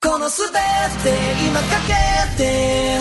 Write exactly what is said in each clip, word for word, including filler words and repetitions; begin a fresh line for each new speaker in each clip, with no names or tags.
この全て今かけて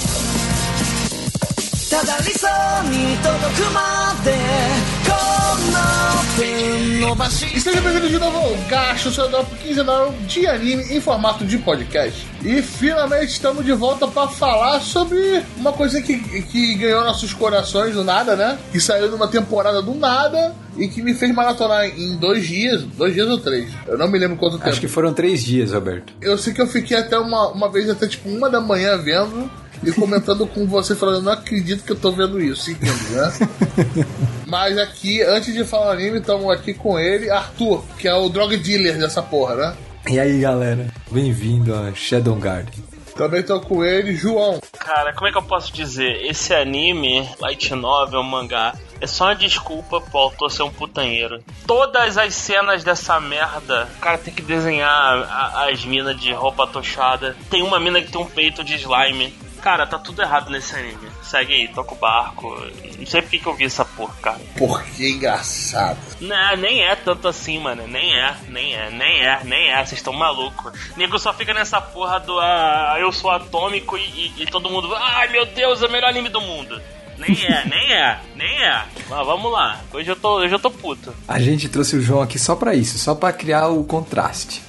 ただ理想に届くまでこの手伸ばし
Esteja bem-vindo de novo ao Gacho, seu drop quinzenal de anime em formato de podcast. E finalmente estamos de volta para falar sobre uma coisa que, que ganhou nossos corações do nada, né? Que saiu numa temporada do nada e que me fez maratonar em dois dias, dois dias ou três. Eu não me lembro quanto tempo.
Acho que foram três dias, Roberto.
Eu sei que eu fiquei até uma, uma vez, até tipo uma da manhã vendo e comentando com você, falando, não acredito que eu tô vendo isso, entende, né? Mas aqui, antes de falar anime, estamos aqui com ele, Arthur, que é o drug dealer dessa porra, né?
E aí, galera, bem-vindo a Shadow Garden.
Também tô com ele, João.
Cara, como é que eu posso dizer? Esse anime, light novel, mangá, é só uma desculpa pro autor ser um putanheiro. Todas as cenas dessa merda, o cara tem que desenhar a, as minas de roupa tochada. Tem uma mina que tem um peito de slime. Cara, tá tudo errado nesse anime. Segue aí, toca o barco. Não sei porque que eu vi essa porra, cara.
Porque é engraçado.
Não, nem é tanto assim, mano. Nem é, nem é, nem é, nem é. Vocês estão malucos. Nego só fica nessa porra do ah, eu sou atômico e, e, e todo mundo. Ai meu Deus, é o melhor anime do mundo. Nem é, nem é, nem é. Mas vamos lá. Hoje eu tô, hoje eu tô puto.
A gente trouxe o João aqui só pra isso, só pra criar o contraste.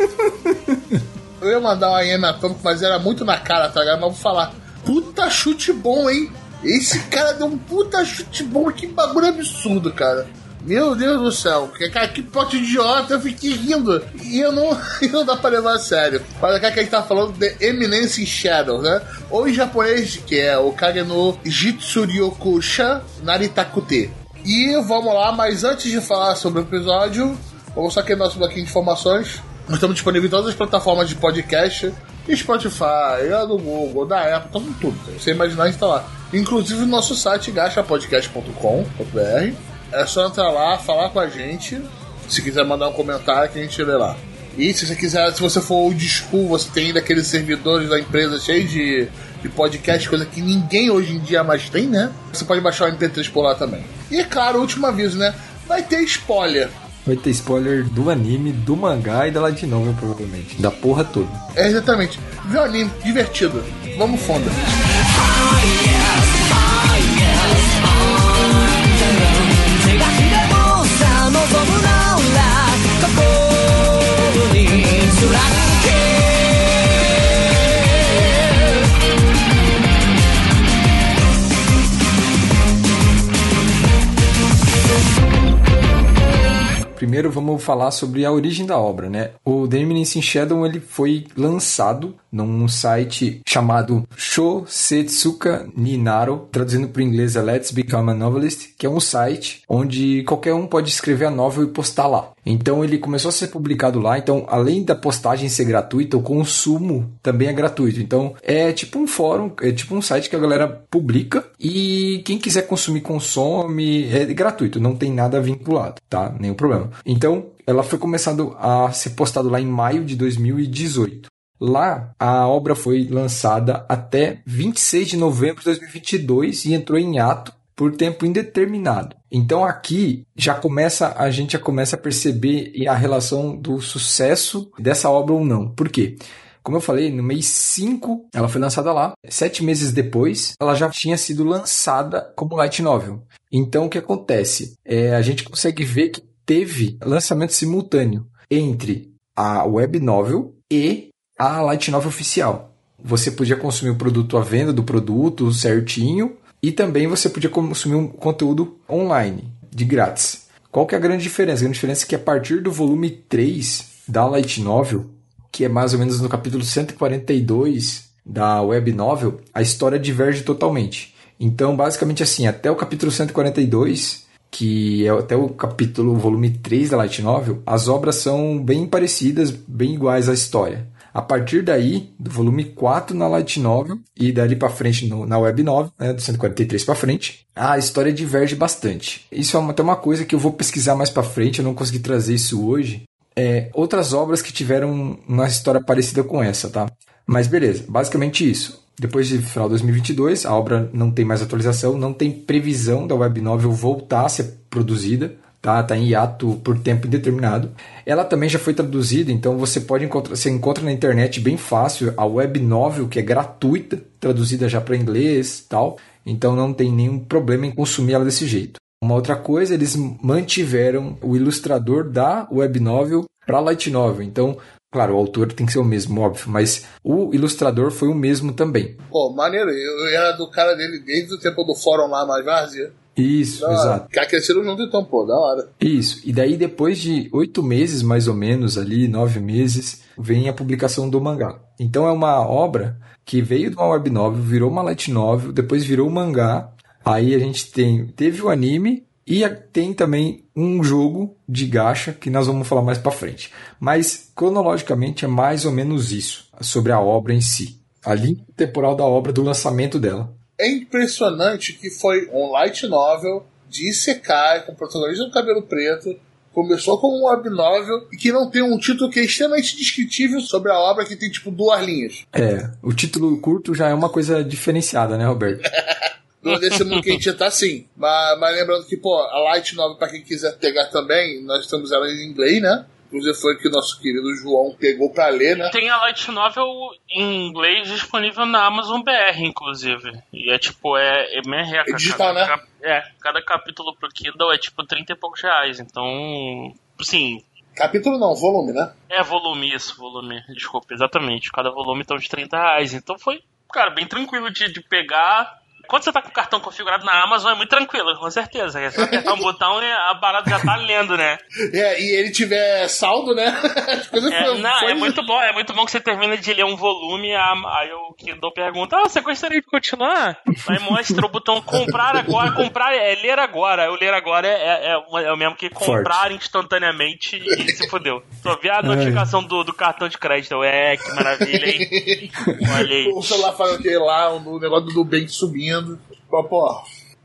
Eu ia mandar uma I M atômico, mas era muito na cara, tá ligado? Mas eu vou falar, puta chute bom, hein? Esse cara deu um puta chute bom, que bagulho absurdo, cara. Meu Deus do céu, que, cara, que pote idiota, eu fiquei rindo. E eu não, não dá pra levar a sério. Olha cá que a gente tá falando de Eminence in Shadow, né? Ou em japonês, que é o Kage no Jitsuryokusha Naritakute. E vamos lá, mas antes de falar sobre o episódio, vamos só aqui no nosso bloquinho de informações. Nós estamos disponíveis em todas as plataformas de podcast, Spotify, do Google, da Apple, estamos em tudo. Você imaginar, a gente tá lá. Inclusive no nosso site, gacha podcast ponto com ponto b r. É só entrar lá, falar com a gente. Se quiser mandar um comentário, que a gente lê lá. E se você quiser, se você for old school, você tem ainda aqueles servidores da empresa cheios de, de podcast, coisa que ninguém hoje em dia mais tem, né? Você pode baixar o M P três por lá também. E claro, último aviso, né? Vai ter spoiler.
Vai ter spoiler do anime, do mangá e da light novel, provavelmente. Da porra toda.
É, exatamente. Vê o anime, divertido. Vamos fundo.
Primeiro vamos falar sobre a origem da obra, né? O The Eminence in Shadow, ele foi lançado num site chamado Shosetsuka Ninaro, traduzindo para o inglês é Let's Become a Novelist, que é um site onde qualquer um pode escrever a novel e postar lá. Então ele começou a ser publicado lá, então além da postagem ser gratuita, o consumo também é gratuito. Então é tipo um fórum, é tipo um site que a galera publica e quem quiser consumir, consome, é gratuito, não tem nada vinculado, tá? Nenhum problema. Então ela foi começando a ser postada lá em maio de dois mil e dezoito. Lá, a obra foi lançada até vinte e seis de novembro de dois mil e vinte e dois e entrou em ato por tempo indeterminado. Então aqui já começa, a gente já começa a perceber a relação do sucesso dessa obra ou não. Por quê? Como eu falei, no mês cinco ela foi lançada lá. Sete meses depois, ela já tinha sido lançada como light novel. Então o que acontece? É, a gente consegue ver que teve lançamento simultâneo entre a web novel e a light novel oficial. Você podia consumir o produto à venda do produto certinho e também você podia consumir um conteúdo online, de grátis. Qual que é a grande diferença? A grande diferença é que a partir do volume três da light novel, que é mais ou menos no capítulo cento e quarenta e dois da web novel, a história diverge totalmente. Então, basicamente assim, até o capítulo cento e quarenta e dois, que é até o capítulo, o volume três da light novel, as obras são bem parecidas, bem iguais à história. A partir daí, do volume quatro na light novel e dali para frente no, na web novel, né, do cento e quarenta e três para frente, a história diverge bastante. Isso é uma, até uma coisa que eu vou pesquisar mais para frente, eu não consegui trazer isso hoje. É, outras obras que tiveram uma história parecida com essa, tá? Mas beleza, basicamente isso. Depois de final de dois mil e vinte e dois, a obra não tem mais atualização, não tem previsão da web novel voltar a ser produzida, tá? Tá em hiato por tempo indeterminado. Ela também já foi traduzida, então você pode encontrar, você encontra na internet bem fácil a web novel, que é gratuita, traduzida já para inglês e tal. Então não tem nenhum problema em consumir ela desse jeito. Uma outra coisa, eles mantiveram o ilustrador da web novel para light novel. Então, claro, o autor tem que ser o mesmo, óbvio, mas o ilustrador foi o mesmo também.
Pô, maneiro. Eu, eu era do cara dele desde o tempo do fórum lá, mais várzea.
Isso,
da
exato.
Que cresceram junto então, pô, da hora.
Isso, e daí depois de oito meses, mais ou menos, ali, nove meses, vem a publicação do mangá. Então é uma obra que veio de uma web novel, virou uma light novel, depois virou um mangá. Aí a gente tem, teve o anime e tem também um jogo de gacha que nós vamos falar mais pra frente. Mas, cronologicamente, é mais ou menos isso, sobre a obra em si. A linha temporal da obra, do lançamento dela.
É impressionante que foi um light novel de Isekai, com protagonista do cabelo preto, começou como um web novel e que não tem um título que é extremamente descritível sobre a obra, que tem tipo duas linhas.
É, o título curto já é uma coisa diferenciada, né, Roberto?
Desse mundo que a gente já tá assim. Mas, mas lembrando que, pô, a light novel, pra quem quiser pegar também, nós temos ela em inglês, né? Inclusive foi que o nosso querido João pegou pra ler, né?
Tem a light novel em inglês disponível na Amazon B R, inclusive. E é tipo, é, é merreca.
É digital,
cada,
né?
Cap, é, cada capítulo pro Kindle é tipo trinta e poucos reais. Então, sim.
Capítulo não, volume, né?
É volume, isso, volume. Desculpa, exatamente. Cada volume tá uns trinta reais. Então foi, cara, bem tranquilo de, de pegar. Quando você tá com o cartão configurado na Amazon, é muito tranquilo, com certeza. É só apertar um botão e a barata já tá lendo, né?
É, e ele tiver saldo, né? As coisas
é,
foi,
não,
foi...
é muito bom, é muito bom que você termina de ler um volume, aí o Kindle pergunta, ah, você gostaria de continuar? Aí mostra o botão comprar agora, comprar é ler agora. O ler agora é, é, é, é o mesmo que comprar Forte. Instantaneamente e se fodeu. Só vi a notificação do, do cartão de crédito. É, que maravilha, hein? Olha aí.
O celular falando que lá, o negócio do Nubank subindo. Pô, pô.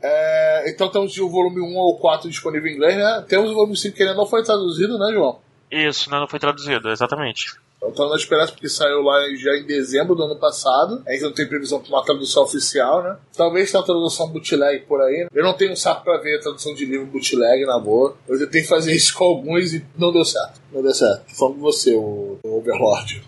É, então temos o volume um ou quatro disponível em inglês, né? Temos o volume cinco que ainda não foi traduzido, né, João?
Isso, ainda não foi traduzido, exatamente.
Então estamos na esperança, porque saiu lá já em dezembro do ano passado. Ainda não tem previsão para uma tradução oficial, né? Talvez tenha uma tradução bootleg por aí. Né? Eu não tenho um saco para ver a tradução de livro bootleg, na boa. Eu tentei fazer isso com alguns e não deu certo. Não deu certo. Falando com você, o, o Overlord.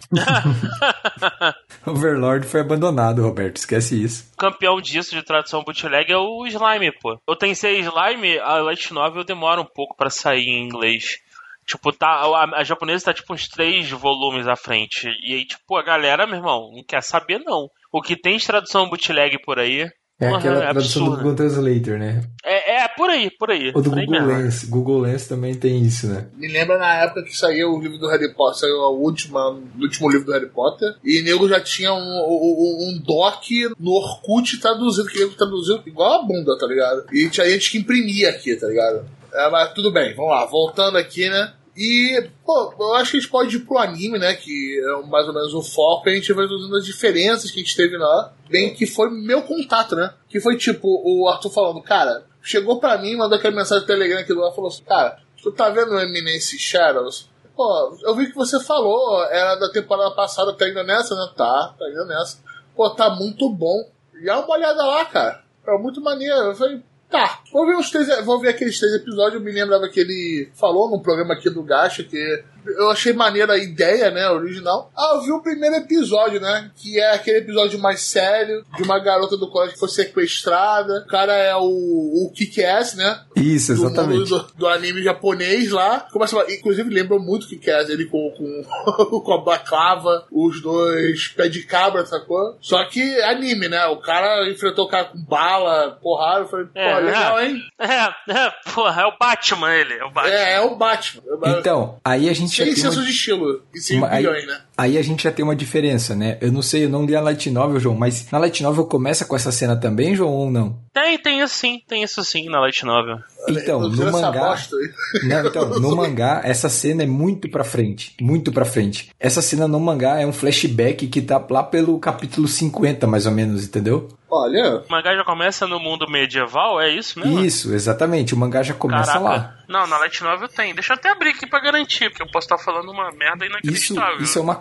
Overlord foi abandonado, Roberto. Esquece isso.
O campeão disso de tradução bootleg é o Slime, pô. Eu Tensei Slime, a light novel demora um pouco pra sair em inglês. Tipo, tá, a, a japonesa tá tipo uns três volumes à frente. E aí, tipo, a galera, meu irmão, não quer saber, não. O que tem de tradução bootleg por aí...
É
porra,
aquela
é
tradução
absurdo.
do Google Translator, né?
É, é, por aí, por aí.
Ou do
por aí
Google
mesmo.
Lens. Google Lens também tem isso, né?
Me lembra na época que saiu o livro do Harry Potter, saiu a última, o último livro do Harry Potter, e o nego já tinha um, um, um doc no Orkut traduzido, que ele traduziu igual a bunda, tá ligado? E tinha gente que imprimia aqui, tá ligado? É, mas tudo bem, vamos lá, voltando aqui, né? E, pô, eu acho que a gente pode ir pro anime, né? Que é mais ou menos o foco. A gente vai vendo as diferenças que a gente teve lá. Bem, que foi meu contato, né? Que foi tipo, o Arthur falando, cara, chegou pra mim, mandou aquela mensagem no Telegram aqui do lado e falou assim, cara, tu tá vendo o Eminence Shadows? Pô, eu vi que você falou, era da temporada passada, tá ainda nessa, né? Tá, tá ainda nessa. Pô, tá muito bom. Dá uma olhada lá, cara. É muito maneiro. Eu falei, tá, vou ver uns três, vou ver aqueles três episódios. Eu me lembrava que ele falou num programa aqui do Gacha que eu achei maneira a ideia, né, original. Ah, eu vi o primeiro episódio, né, que é aquele episódio mais sério, de uma garota do colégio que foi sequestrada. O cara é o, o Kick-Ass, né?
Isso, exatamente.
Do, do, do anime japonês lá. Começa a, inclusive lembra muito o Kick-Ass, ele com, com, com a baclava, os dois pés de cabra, sacou? Só que anime, né? O cara enfrentou o cara com bala, porrada. Eu falei,
É,
pô, legal,
é,
hein?
É, é, porra, é o Batman ele, é o Batman.
É, é o Batman.
Então, aí a gente
Sem
já tem
senso
uma...
de estilo. E sem
Uma- aí-
bilhões, né?
Aí a gente já tem uma diferença, né? Eu não sei, eu não li a Light Novel, João, mas na Light Novel começa com essa cena também, João, ou não?
Tem, tem isso sim, tem isso sim na Light Novel.
Então,
Eu
no
fiz essa
mangá...
bosta aí.
Não, então, no mangá, essa cena é muito pra frente. Muito pra frente. Essa cena no mangá é um flashback que tá lá pelo capítulo cinquenta, mais ou menos, entendeu?
Olha,
O mangá já começa no mundo medieval, é isso mesmo?
Isso, exatamente. O mangá já começa
Caraca.
lá.
Não, na Light Novel tem. Deixa eu até abrir aqui pra garantir, porque eu posso estar falando uma merda
Isso,
inacreditável.
isso é uma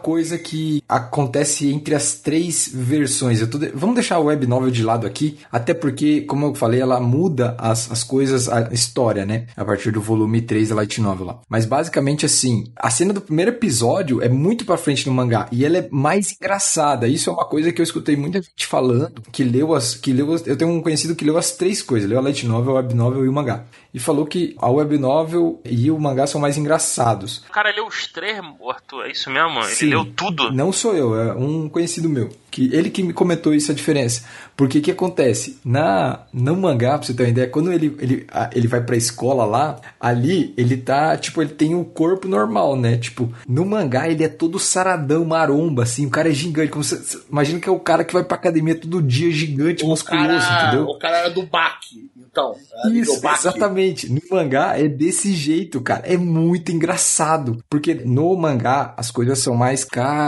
coisa que acontece entre as três versões. Eu tô de... Vamos deixar a web novel de lado aqui, até porque, como eu falei, ela muda as, as coisas, a história, né? A partir do volume três da Light Novel lá. Mas basicamente assim, a cena do primeiro episódio é muito pra frente no mangá e ela é mais engraçada. Isso é uma coisa que eu escutei muita gente falando, que leu as... Que leu as eu tenho um conhecido que leu as três coisas, leu a Light Novel, a web novel e o mangá. E falou que a web novel e o mangá são mais engraçados.
O cara leu os três, Arthur, é isso mesmo? Ele
Sim,
leu tudo?
Não sou eu, é um conhecido meu. Que ele que me comentou isso, a diferença. Porque o que acontece? Na, no mangá, pra você ter uma ideia, quando ele, ele, ele vai pra escola lá, ali ele tá, tipo, ele tem um corpo normal, né? Tipo, no mangá ele é todo saradão, maromba, assim, o cara é gigante. Como você, imagina que é o cara que vai pra academia todo dia, gigante,
o
musculoso,
cara,
entendeu?
O cara era do Baki, então.
Isso, exatamente. No mangá é desse jeito, cara. É muito engraçado. Porque no mangá as coisas são mais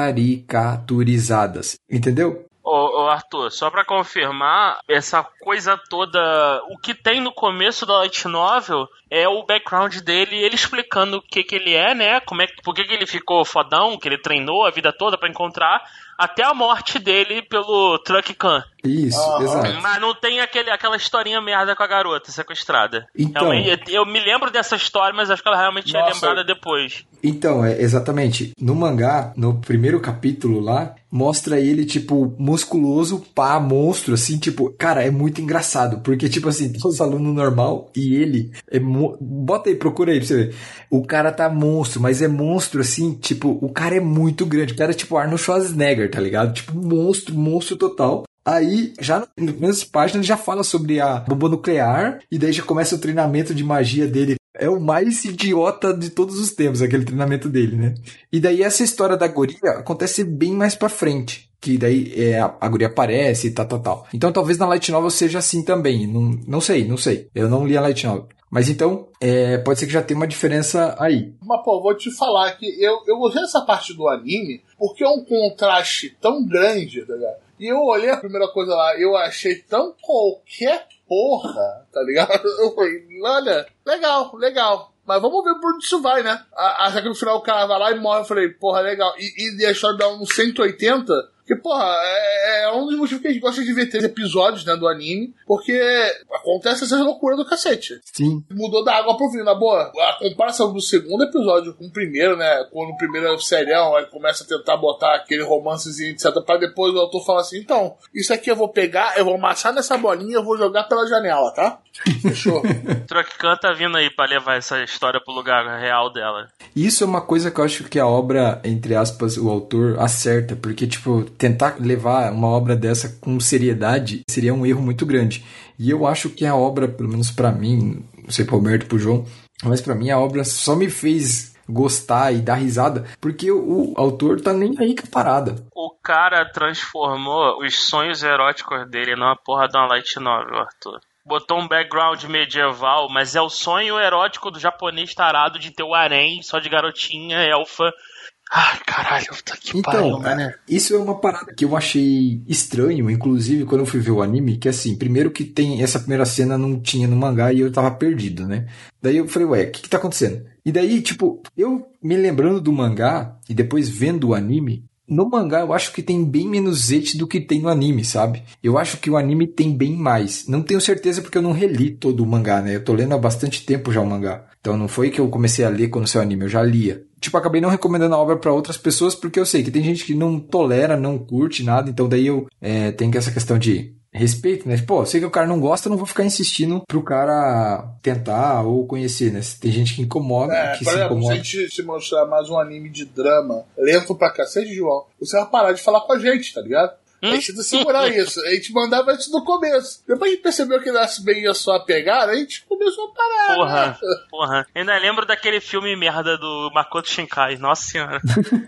caricaturizadas. Entendeu?
Ô, ô Arthur, só pra confirmar, essa coisa toda, o que tem no começo da Light Novel é o background dele, ele explicando o que que ele é, né, como é, por que que ele ficou fodão, que ele treinou a vida toda pra encontrar, até a morte dele pelo Truck Khan.
Isso,
uhum.
Exato.
Mas não tem aquele, aquela historinha merda com a garota sequestrada.
Então,
realmente, eu me lembro dessa história, mas acho que ela realmente é lembrada depois.
Então, é, exatamente. No mangá, no primeiro capítulo lá, mostra ele, tipo, musculoso, pá, monstro, assim, tipo, cara, é muito engraçado, porque, tipo assim, tem os alunos normal e ele é mo... bota aí, procura aí pra você ver. O cara tá monstro, mas é monstro, assim, tipo, o cara é muito grande, o cara é tipo Arnold Schwarzenegger, tá ligado? Tipo, monstro, monstro total. Aí, já nas primeiras páginas, ele já fala sobre a bomba nuclear, e daí já começa o treinamento de magia dele. É o mais idiota de todos os tempos, aquele treinamento dele, né? E daí essa história da guria acontece bem mais pra frente. Que daí é, a, a guria aparece e tal, tal, tal. Então talvez na Light Novel seja assim também. Não, não sei, não sei. Eu não li a Light Novel. Mas então, é, pode ser que já tenha uma diferença aí.
Mas, pô, vou te falar que eu, eu gostei dessa parte do anime porque é um contraste tão grande, tá ligado? E eu olhei a primeira coisa lá, eu achei tão qualquer porra, tá ligado? Eu falei, olha, legal, legal. Mas vamos ver por onde isso vai, né? Até que no final o cara vai lá e morre. Eu falei, porra, legal. E, e a história dá uns cento e oitenta... Porque, porra, é, é um dos motivos que a gente gosta de ver três episódios, né, do anime, porque acontece essa loucura do cacete.
Sim.
Mudou da água pro vinho, na boa. A comparação do segundo episódio com o primeiro, né, quando o primeiro é o serião, aí começa a tentar botar aquele romancezinho, etcétera, pra depois o autor falar assim, então, isso aqui eu vou pegar, eu vou amassar nessa bolinha e eu vou jogar pela janela, tá? Fechou?
Truck Khan tá vindo aí pra levar essa história pro lugar real dela.
Isso é uma coisa que eu acho que a obra, entre aspas, o autor acerta, porque, tipo, tentar levar uma obra dessa com seriedade seria um erro muito grande. E eu acho que a obra, pelo menos pra mim, não sei pro Roberto, pro João, mas pra mim a obra só me fez gostar e dar risada, porque o, o autor tá nem aí com a parada.
O cara transformou os sonhos eróticos dele numa porra de uma light novel, Arthur. Botou um background medieval, mas é o sonho erótico do japonês tarado de ter o harém só de garotinha, elfa. Ai, caralho, tá que
então,
pariu, né?
Isso é uma parada que eu achei estranho, inclusive, quando eu fui ver o anime, que assim, primeiro que tem essa primeira cena não tinha no mangá e eu tava perdido, né? Daí eu falei, ué, o que que tá acontecendo? E daí, tipo, eu me lembrando do mangá e depois vendo o anime, no mangá eu acho que tem bem menos zete do que tem no anime, sabe? Eu acho que o anime tem bem mais. Não tenho certeza porque eu não reli todo o mangá, né? Eu tô lendo há bastante tempo já o mangá. Então não foi que eu comecei a ler quando saiu o anime, eu já lia. Tipo, acabei não recomendando a obra pra outras pessoas porque eu sei que tem gente que não tolera, não curte nada. Então daí eu é, tenho essa questão de respeito, né? Pô, sei que o cara não gosta, eu não vou ficar insistindo pro cara tentar ou conhecer, né? Tem gente que incomoda,
é,
que
por
se
exemplo,
incomoda.
se a gente se mostrar mais um anime de drama lento pra cacete, João, você vai parar de falar com a gente, tá ligado? A gente tem que segurar isso. A gente mandava isso no começo. Depois a gente percebeu que nasce bem a sua pegada, a gente começou a parar.
Porra,
né?
porra. Eu ainda lembro daquele filme merda do Makoto Shinkai. Nossa senhora.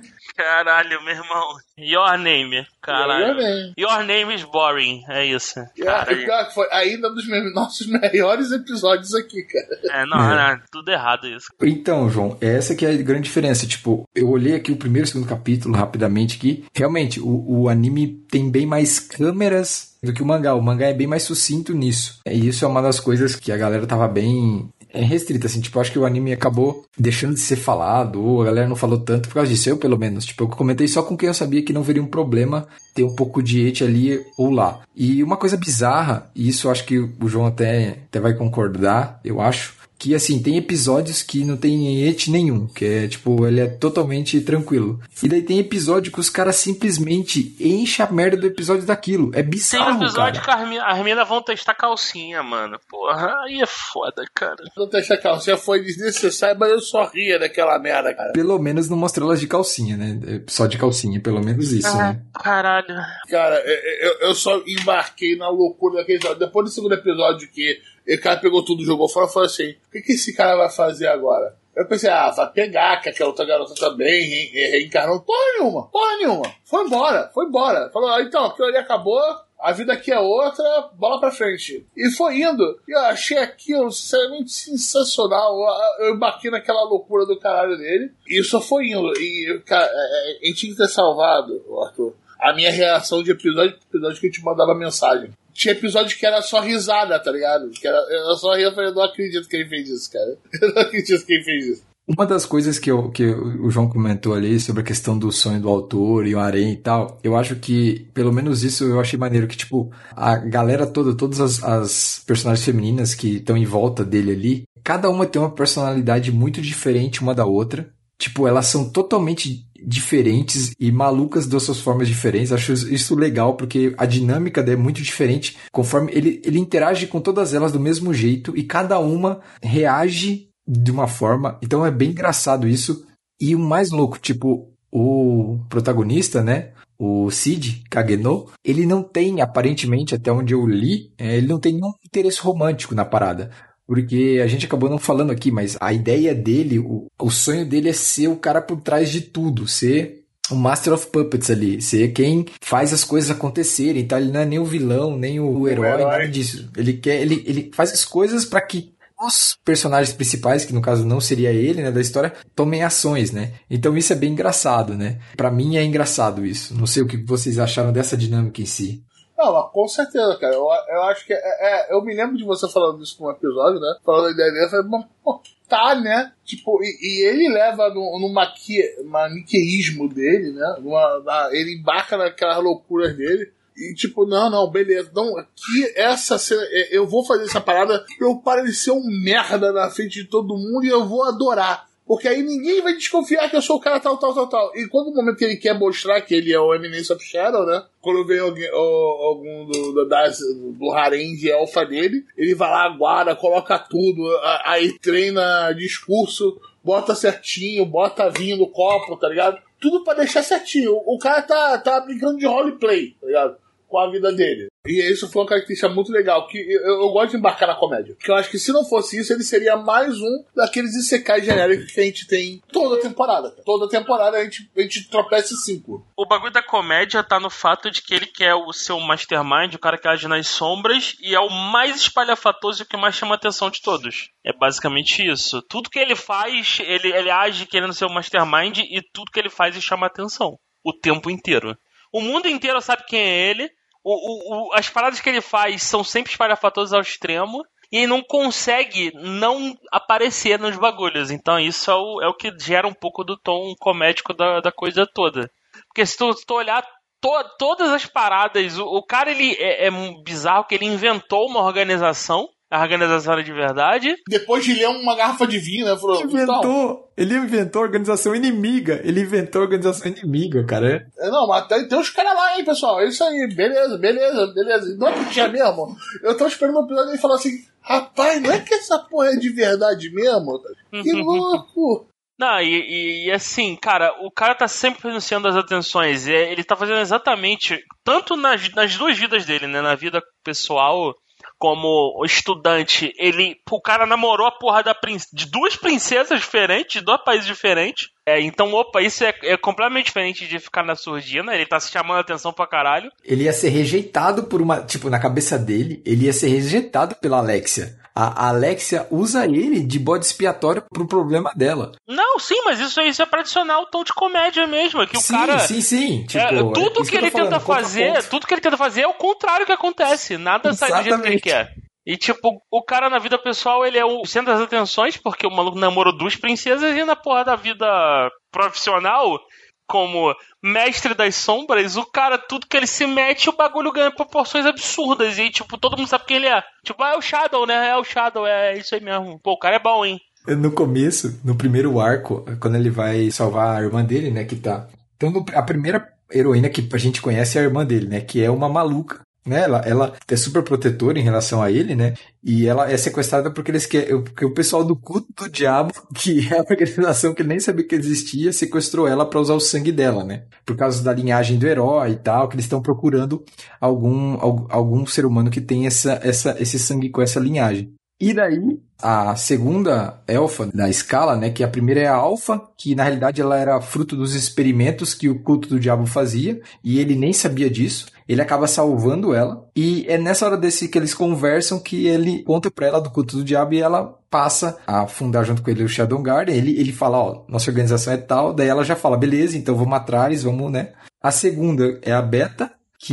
Caralho, meu irmão. Your name. Caralho.
Your name.
Your name is boring. É isso.
Caralho. É, foi ainda um dos meus, nossos melhores episódios aqui, cara.
É, não, é. não, tudo errado isso.
Então, João, essa que é a grande diferença. Tipo, eu olhei aqui o primeiro e o segundo capítulo rapidamente aqui. Realmente, o, o anime tem bem mais câmeras do que o mangá. O mangá é bem mais sucinto nisso. E isso é uma das coisas que a galera tava bem é restrita, assim, tipo, eu acho que o anime acabou deixando de ser falado, ou a galera não falou tanto por causa disso, eu pelo menos, tipo, eu comentei só com quem eu sabia que não veria um problema ter um pouco de hate ali ou lá. E uma coisa bizarra, e isso eu acho que o João até, até vai concordar, eu acho, que, assim, tem episódios que não tem hate nenhum, que é, tipo, ele é totalmente tranquilo. E daí tem episódio que os caras simplesmente enchem a merda do episódio daquilo. É bizarro,
Tem episódio
cara.
que as minas vão testar calcinha, mano. Porra, aí é foda, cara.
Não testar calcinha foi desnecessário, mas eu só ria daquela merda, cara.
Pelo menos não mostrou elas de calcinha, né? Só de calcinha, pelo menos isso,
ah,
né?
Caralho.
Cara, eu, eu só embarquei na loucura daquele episódio. Depois do segundo episódio que o cara pegou tudo, jogou fora, falou assim, o que, que esse cara vai fazer agora? Eu pensei, ah, vai pegar, que aquela outra garota também re, re, reencarnou. Porra nenhuma, porra nenhuma. Foi embora, foi embora. Falou, ah, então, aquilo ali acabou, a vida aqui é outra, bola pra frente. E foi indo. E eu achei aquilo sinceramente sensacional. Eu, eu embarquei naquela loucura do caralho dele. E só foi indo. E, cara, a gente tinha que ter salvado, Arthur, a minha reação de episódio episódio que eu te mandava mensagem. Tinha episódio que era só risada, tá ligado? Que era, eu só ria e falei, eu não acredito que ele fez isso, cara. Eu não acredito que ele fez isso.
Uma das coisas que, eu, que o João comentou ali sobre a questão do sonho do autor e o harém e tal, eu acho que, pelo menos isso eu achei maneiro, que tipo, a galera toda, todas as, as personagens femininas que estão em volta dele ali, cada uma tem uma personalidade muito diferente uma da outra. Tipo, elas são totalmente diferentes e malucas de suas formas diferentes. Acho isso legal, porque a dinâmica é muito diferente, conforme ele, ele interage com todas elas do mesmo jeito e cada uma reage de uma forma. Então é bem engraçado isso. E o mais louco, tipo, o protagonista, né, o Cid Kageno, ele não tem, aparentemente, até onde eu li, ele não tem nenhum interesse romântico na parada. Porque a gente acabou não falando aqui, mas a ideia dele, o, o sonho dele é ser o cara por trás de tudo, ser o Master of Puppets ali, ser quem faz as coisas acontecerem, então ele não é nem o vilão, nem o, o herói, herói, nada disso. Ele, quer, ele, ele faz as coisas para que os personagens principais, que no caso não seria ele, né, da história, tomem ações, né? Então isso é bem engraçado, né? Pra mim é engraçado isso. Não sei o que vocês acharam dessa dinâmica em si.
Não, com certeza, cara. Eu, eu acho que é, é. Eu me lembro de você falando isso num episódio, né? Falando da ideia dele, eu falei, mas, pô, tá, né? Tipo, e, e ele leva no, no maqui, maniqueísmo dele, né? Numa, na, ele embarca naquelas loucuras dele. E tipo, não, não, beleza. Não, aqui essa cena. Eu vou fazer essa parada pra eu parecer um merda na frente de todo mundo e eu vou adorar. Porque aí ninguém vai desconfiar que eu sou o cara tal, tal, tal, tal. E quando o momento que ele quer mostrar que ele é o Eminence of Shadow, né? Quando vem alguém, ou, algum do, do, das, do harém de elfa dele, ele vai lá, guarda, coloca tudo, aí treina discurso, bota certinho, bota vinho no copo, tá ligado? Tudo pra deixar certinho. O, o cara tá, tá brincando de roleplay, tá ligado? Com a vida dele. E isso foi uma característica muito legal, que eu, eu gosto de embarcar na comédia. Porque eu acho que se não fosse isso, ele seria mais um daqueles isekais genéricos que a gente tem toda temporada. Toda temporada a gente, a gente tropeça em cinco.
O bagulho da comédia tá no fato de que ele quer o seu mastermind, o cara que age nas sombras, e é o mais espalhafatoso e o que mais chama a atenção de todos. É basicamente isso. Tudo que ele faz, ele, ele age querendo ser o mastermind, e tudo que ele faz chama a atenção. O tempo inteiro. O mundo inteiro sabe quem é ele. O, o, o, as paradas que ele faz são sempre espalhafatosas ao extremo e ele não consegue não aparecer nos bagulhos. Então isso é o, é o que gera um pouco do tom comédico da, da coisa toda. Porque se tu, se tu olhar to, todas as paradas, o, o cara ele é, é bizarro que ele inventou uma organização. A organização era de verdade.
Depois de ler uma garrafa de vinho, né? Falou,
ele inventou, ele inventou a organização inimiga. Ele inventou a organização inimiga, cara.
É, não, mas tem, tem uns caras lá, hein, pessoal. É isso aí, beleza, beleza, beleza. Não é que tinha mesmo. Eu tô esperando o episódio e ele falar assim, rapaz, não é que essa porra é de verdade mesmo? Que louco!
Não, e, e, e assim, cara, o cara tá sempre pronunciando as atenções. Ele tá fazendo exatamente, tanto nas, nas duas vidas dele, né? Na vida pessoal, como estudante, ele, o cara namorou a porra da princ- de duas princesas diferentes, de dois países diferentes. É, então, opa, isso é, é completamente diferente de ficar na surdina. Ele tá se chamando a atenção pra caralho.
Ele ia ser rejeitado por uma... Tipo, na cabeça dele, ele ia ser rejeitado pela Alexia. A Alexia usa ele de bode expiatório pro problema dela.
Não, sim, mas isso, isso é pra adicionar o tom de comédia mesmo. Que
sim,
o cara,
sim, sim. Tipo,
é, tudo
é
que ele
falando,
tenta fazer, tudo que ele tenta fazer é o contrário que acontece. Nada sai do jeito que ele quer. E, tipo, o cara na vida pessoal, ele é o centro das atenções, porque o maluco namorou duas princesas, e na porra da vida profissional, como mestre das sombras, o cara, tudo que ele se mete, o bagulho ganha proporções absurdas. E, tipo, todo mundo sabe quem ele é. Tipo, ah, é o Shadow, né? É o Shadow, é isso aí mesmo. Pô, o cara é bom, hein?
No começo, no primeiro arco, quando ele vai salvar a irmã dele, né, que tá... Então, no, a primeira heroína que a gente conhece é a irmã dele, né, que é uma maluca. Né, ela, ela é super protetora em relação a ele, né? E ela é sequestrada porque eles querem, porque o pessoal do culto do diabo, que é a organização que ele nem sabia que existia, sequestrou ela para usar o sangue dela, né? Por causa da linhagem do herói e tal, que eles estão procurando algum, algum, algum ser humano que tem essa, essa, esse sangue com essa linhagem. E daí, a segunda elfa da escala, né, que a primeira é a alfa, que na realidade ela era fruto dos experimentos que o culto do diabo fazia, e ele nem sabia disso. Ele acaba salvando ela, e é nessa hora desse que eles conversam que ele conta pra ela do culto do diabo, e ela passa a fundar junto com ele o Shadow Garden. Ele, ele fala, ó, nossa organização é tal, daí ela já fala, beleza, então vamos atrás, vamos, né. A segunda é a Beta,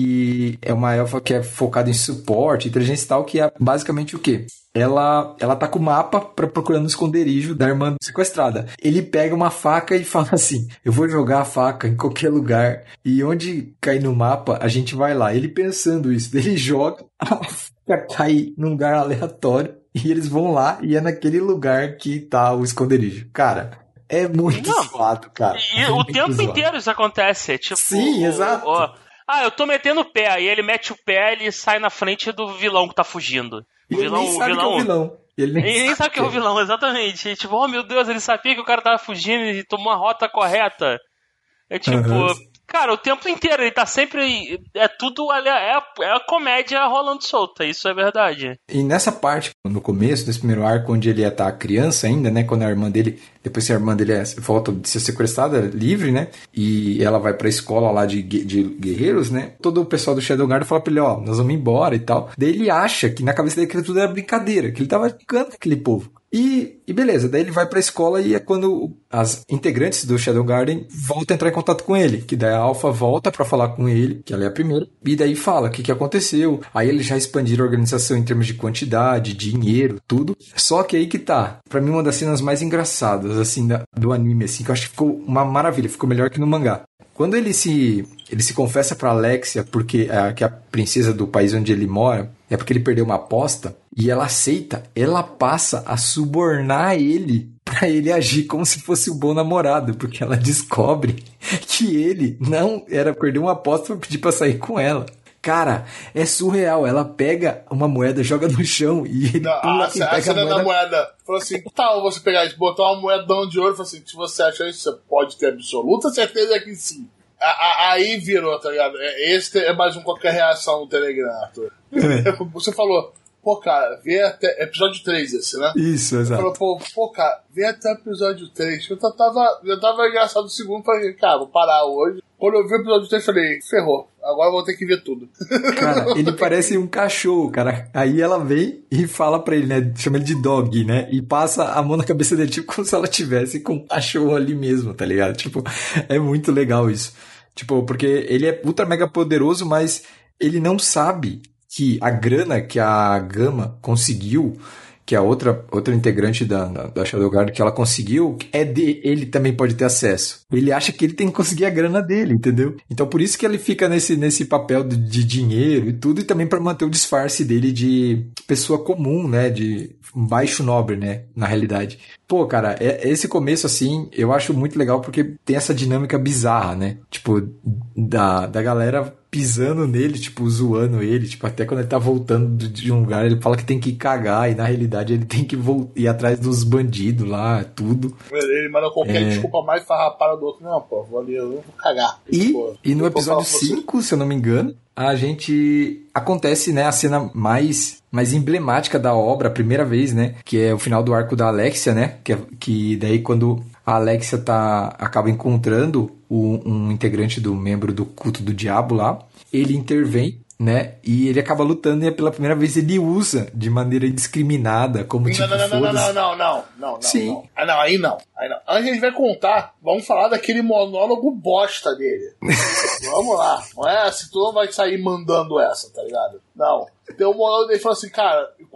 que é uma elfa que é focada em suporte, inteligência e tal, que é basicamente o quê? Ela, ela tá com o mapa pra procurando o esconderijo da irmã sequestrada. Ele pega uma faca e fala assim, eu vou jogar a faca em qualquer lugar, e onde cair no mapa, a gente vai lá. Ele pensando isso, ele joga, a faca cai num lugar aleatório, e eles vão lá, e é naquele lugar que tá o esconderijo. Cara, é muito
Não,
zoado, cara.
E
é
o tempo zoado. inteiro isso acontece. Tipo,
Sim,
o,
exato.
O, o, ah, eu tô metendo o pé, aí ele mete o pé e ele sai na frente do vilão que tá fugindo. O
e
vilão,
ele nem sabe
o vilão,
que é o vilão. Ele nem,
ele nem
sabe,
sabe que é o vilão, exatamente. E, tipo, oh meu Deus, ele sabia que o cara tava fugindo e tomou a rota correta. É tipo, uhum. Cara, o tempo inteiro, ele tá sempre... É tudo... É a, é a comédia rolando solta, isso é verdade.
E nessa parte, no começo desse primeiro arco, onde ele ia estar criança ainda, né? Quando a irmã dele... Depois que a irmã dele é, volta de ser sequestrada, livre, né? E ela vai pra escola lá de, de guerreiros, né? Todo o pessoal do Shadow Garden fala pra ele, ó, nós vamos embora e tal. Daí ele acha que na cabeça dele que tudo era brincadeira, que ele tava ficando com aquele povo. E, e beleza, daí ele vai pra escola e é quando as integrantes do Shadow Garden voltam a entrar em contato com ele, que daí a Alpha volta pra falar com ele, que ela é a primeira, e daí fala o que, que aconteceu. Aí eles já expandiram a organização em termos de quantidade, dinheiro, tudo. Só que aí que tá, pra mim uma das cenas mais engraçadas, assim, da, do anime, assim, que eu acho que ficou uma maravilha, ficou melhor que no mangá. Quando ele se, ele se confessa pra Alexia, porque é, que é a princesa do país onde ele mora, é porque ele perdeu uma aposta, e ela aceita, ela passa a subornar ele pra ele agir como se fosse o bom namorado, porque ela descobre que ele não era perder uma aposta pra pedir pra sair com ela. Cara, é surreal. Ela pega uma moeda, joga no chão e ele
não,
pula
a,
e
a
pega
cena
a moeda.
da moeda. Falou assim, tal, você pegar isso, botar uma moedão de ouro, falou assim, se você acha isso, você pode ter absoluta certeza que sim. A, a, aí virou, tá ligado? Esse é mais um qualquer reação no Telegram, Arthur. É. Você falou, pô, cara, vê até episódio três esse, né?
Isso, exato.
Falou, pô, pô, cara, vê até episódio três. Eu tava, eu tava engraçado o segundo, falei, cara, vou parar hoje. Quando eu vi o episódio três, falei, ferrou, agora eu vou ter que ver tudo.
Cara, ele parece um cachorro, cara. Aí ela vem e fala pra ele, né? Chama ele de dog, né? E passa a mão na cabeça dele, tipo, como se ela tivesse com um cachorro ali mesmo, tá ligado? Tipo, é muito legal isso. Tipo, porque ele é ultra mega poderoso, mas ele não sabe que a grana que a Gama conseguiu, que a outra, outra integrante da, da, da Shadow Guard que ela conseguiu, é de ele também pode ter acesso. Ele acha que ele tem que conseguir a grana dele, entendeu? Então por isso que ele fica nesse, nesse papel de, de dinheiro e tudo, e também para manter o disfarce dele de pessoa comum, né? De baixo nobre, né? Na realidade. Pô, cara, é, esse começo, assim, eu acho muito legal porque tem essa dinâmica bizarra, né? Tipo, da, da galera pisando nele, tipo, zoando ele, tipo, até quando ele tá voltando de um lugar, ele fala que tem que cagar, e na realidade ele tem que vol- ir atrás dos bandidos lá, tudo.
Ele manda qualquer é... desculpa mais farrapada do outro. Não, pô, vou ali, eu vou cagar.
E,
pô,
e no episódio cinco, se eu não me engano, a gente... Acontece, né, a cena mais, mais emblemática da obra, a primeira vez, né, que é o final do arco da Alexia, né, que, é, que daí quando a Alexia tá, acaba encontrando o, um integrante do membro do culto do diabo lá, ele intervém, né, e ele acaba lutando e pela primeira vez ele usa de maneira indiscriminada, como
não,
tipo,
não, não,
foda-se.
não, não, não, não, não,
Sim.
não. Ah, não, aí não, aí não. Antes a gente vai contar, vamos falar daquele monólogo bosta dele. Vamos lá, não é assim, tu não vai sair mandando essa, tá ligado? Não. Tem um monólogo dele falando assim, cara,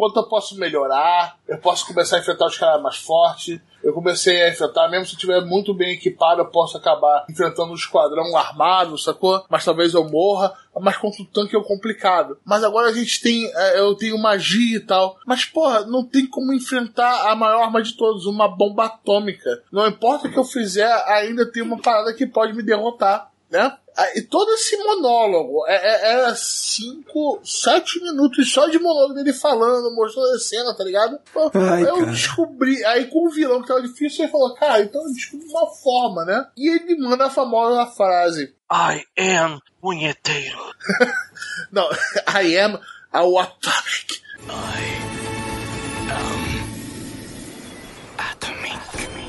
quanto eu posso melhorar, eu posso começar a enfrentar os caras mais fortes. Eu comecei a enfrentar, mesmo se eu estiver muito bem equipado, eu posso acabar enfrentando um esquadrão armado, sacou? Mas talvez eu morra, mas contra o tanque é complicado. Mas agora a gente tem, eu tenho magia e tal. Mas, porra, não tem como enfrentar a maior arma de todos, uma bomba atômica. Não importa o que eu fizer, ainda tem uma parada que pode me derrotar, né? E todo esse monólogo era é, é cinco, sete minutos só de monólogo dele falando, mostrando a cena, tá ligado? Ai, eu cara. descobri, aí com o vilão que tava difícil, ele falou, cara, então eu descobri uma forma, né? E ele manda a famosa frase:
I am punheteiro.
Não, I am a atomic.
I am atomic.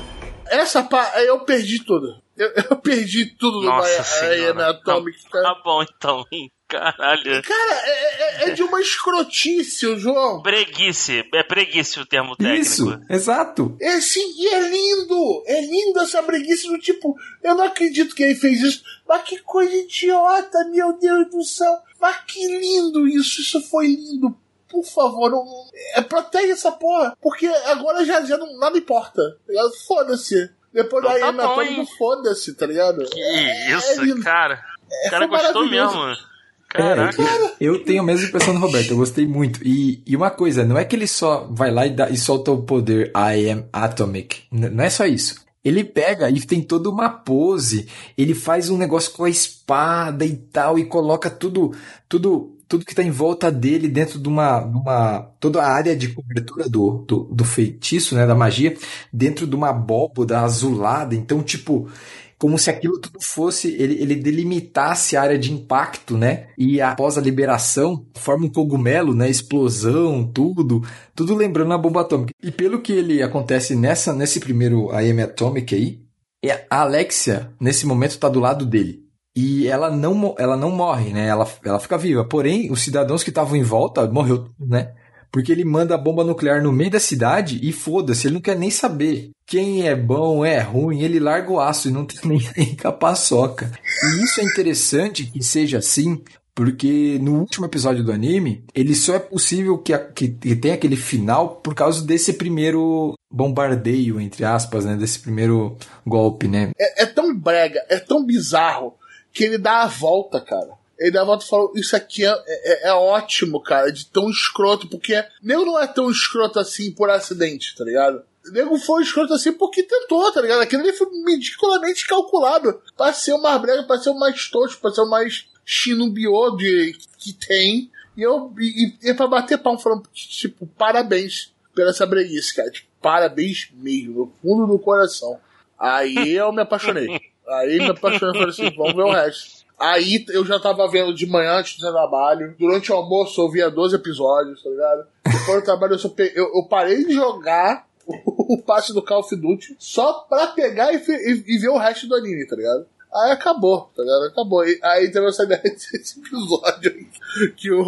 Essa parte, eu perdi tudo. Eu, eu perdi tudo no I Am Atomic.
Tá bom, então. Caralho.
Cara, é, é, é de uma escrotice, João.
Preguice. É preguice o termo técnico.
Isso, exato.
É sim, e é lindo. É lindo essa preguice do tipo, eu não acredito que ele fez isso. Mas que coisa idiota, meu Deus do céu. Mas que lindo isso. Isso foi lindo. Por favor, não, é, protege essa porra. Porque agora já, já não, nada importa. Foda-se. Depois do I Am Atomic, foda-se, tá ligado?
Que
é,
isso,
é
cara. O cara gostou mesmo. Caraca.
É, eu tenho a mesma impressão do Roberto, eu gostei muito. E, e uma coisa, não é que ele só vai lá e, dá, e solta o poder I Am Atomic. N- não é só isso. Ele pega e tem toda uma pose, ele faz um negócio com a espada e tal, e coloca tudo, tudo, tudo que tá em volta dele dentro de uma, de uma toda a área de cobertura do, do, do feitiço, né, da magia, dentro de uma abóboda azulada. Então, tipo, como se aquilo tudo fosse, ele, ele delimitasse a área de impacto, né? E após a liberação, forma um cogumelo, né? Explosão, tudo, tudo lembrando a bomba atômica. E pelo que ele acontece nessa, nesse primeiro I Am Atomic aí, a Alexia, nesse momento, tá do lado dele. E ela não, ela não morre, né? Ela, ela fica viva. Porém, os cidadãos que estavam em volta morreu tudo, né? Porque ele manda a bomba nuclear no meio da cidade e foda-se, ele não quer nem saber quem é bom, é ruim, ele larga o aço e não tem nem, nem capaçoca. E isso é interessante que seja assim, porque no último episódio do anime, ele só é possível que, a, que, que tenha aquele final por causa desse primeiro bombardeio, entre aspas, né? Desse primeiro golpe, né?
É, é tão brega, é tão bizarro, que ele dá a volta, cara. Ele dá a volta e fala, isso aqui é, é, é ótimo, cara, de tão escroto, porque nego não é tão escroto assim por acidente, tá ligado? Nego foi escroto assim porque tentou, tá ligado? Aquilo ali foi meticulosamente calculado pra ser o mais brega, pra ser o mais tosco, pra ser o mais Shinobiô de que tem. E eu e, e é pra bater palmo falando, tipo, parabéns pela essa breguice, cara. Tipo, parabéns mesmo, no fundo do coração. Aí eu me apaixonei. Aí me apaixonei e falei assim, vamos ver o resto. Aí eu já tava vendo de manhã antes do trabalho. Durante o almoço eu via doze episódios, tá ligado? Depois do trabalho eu, só pe... eu, eu parei de jogar o passe do Call of Duty só pra pegar e, e, e ver o resto do anime, tá ligado? Aí acabou, tá ligado? Acabou. E, aí teve essa ideia desse episódio aí, que o,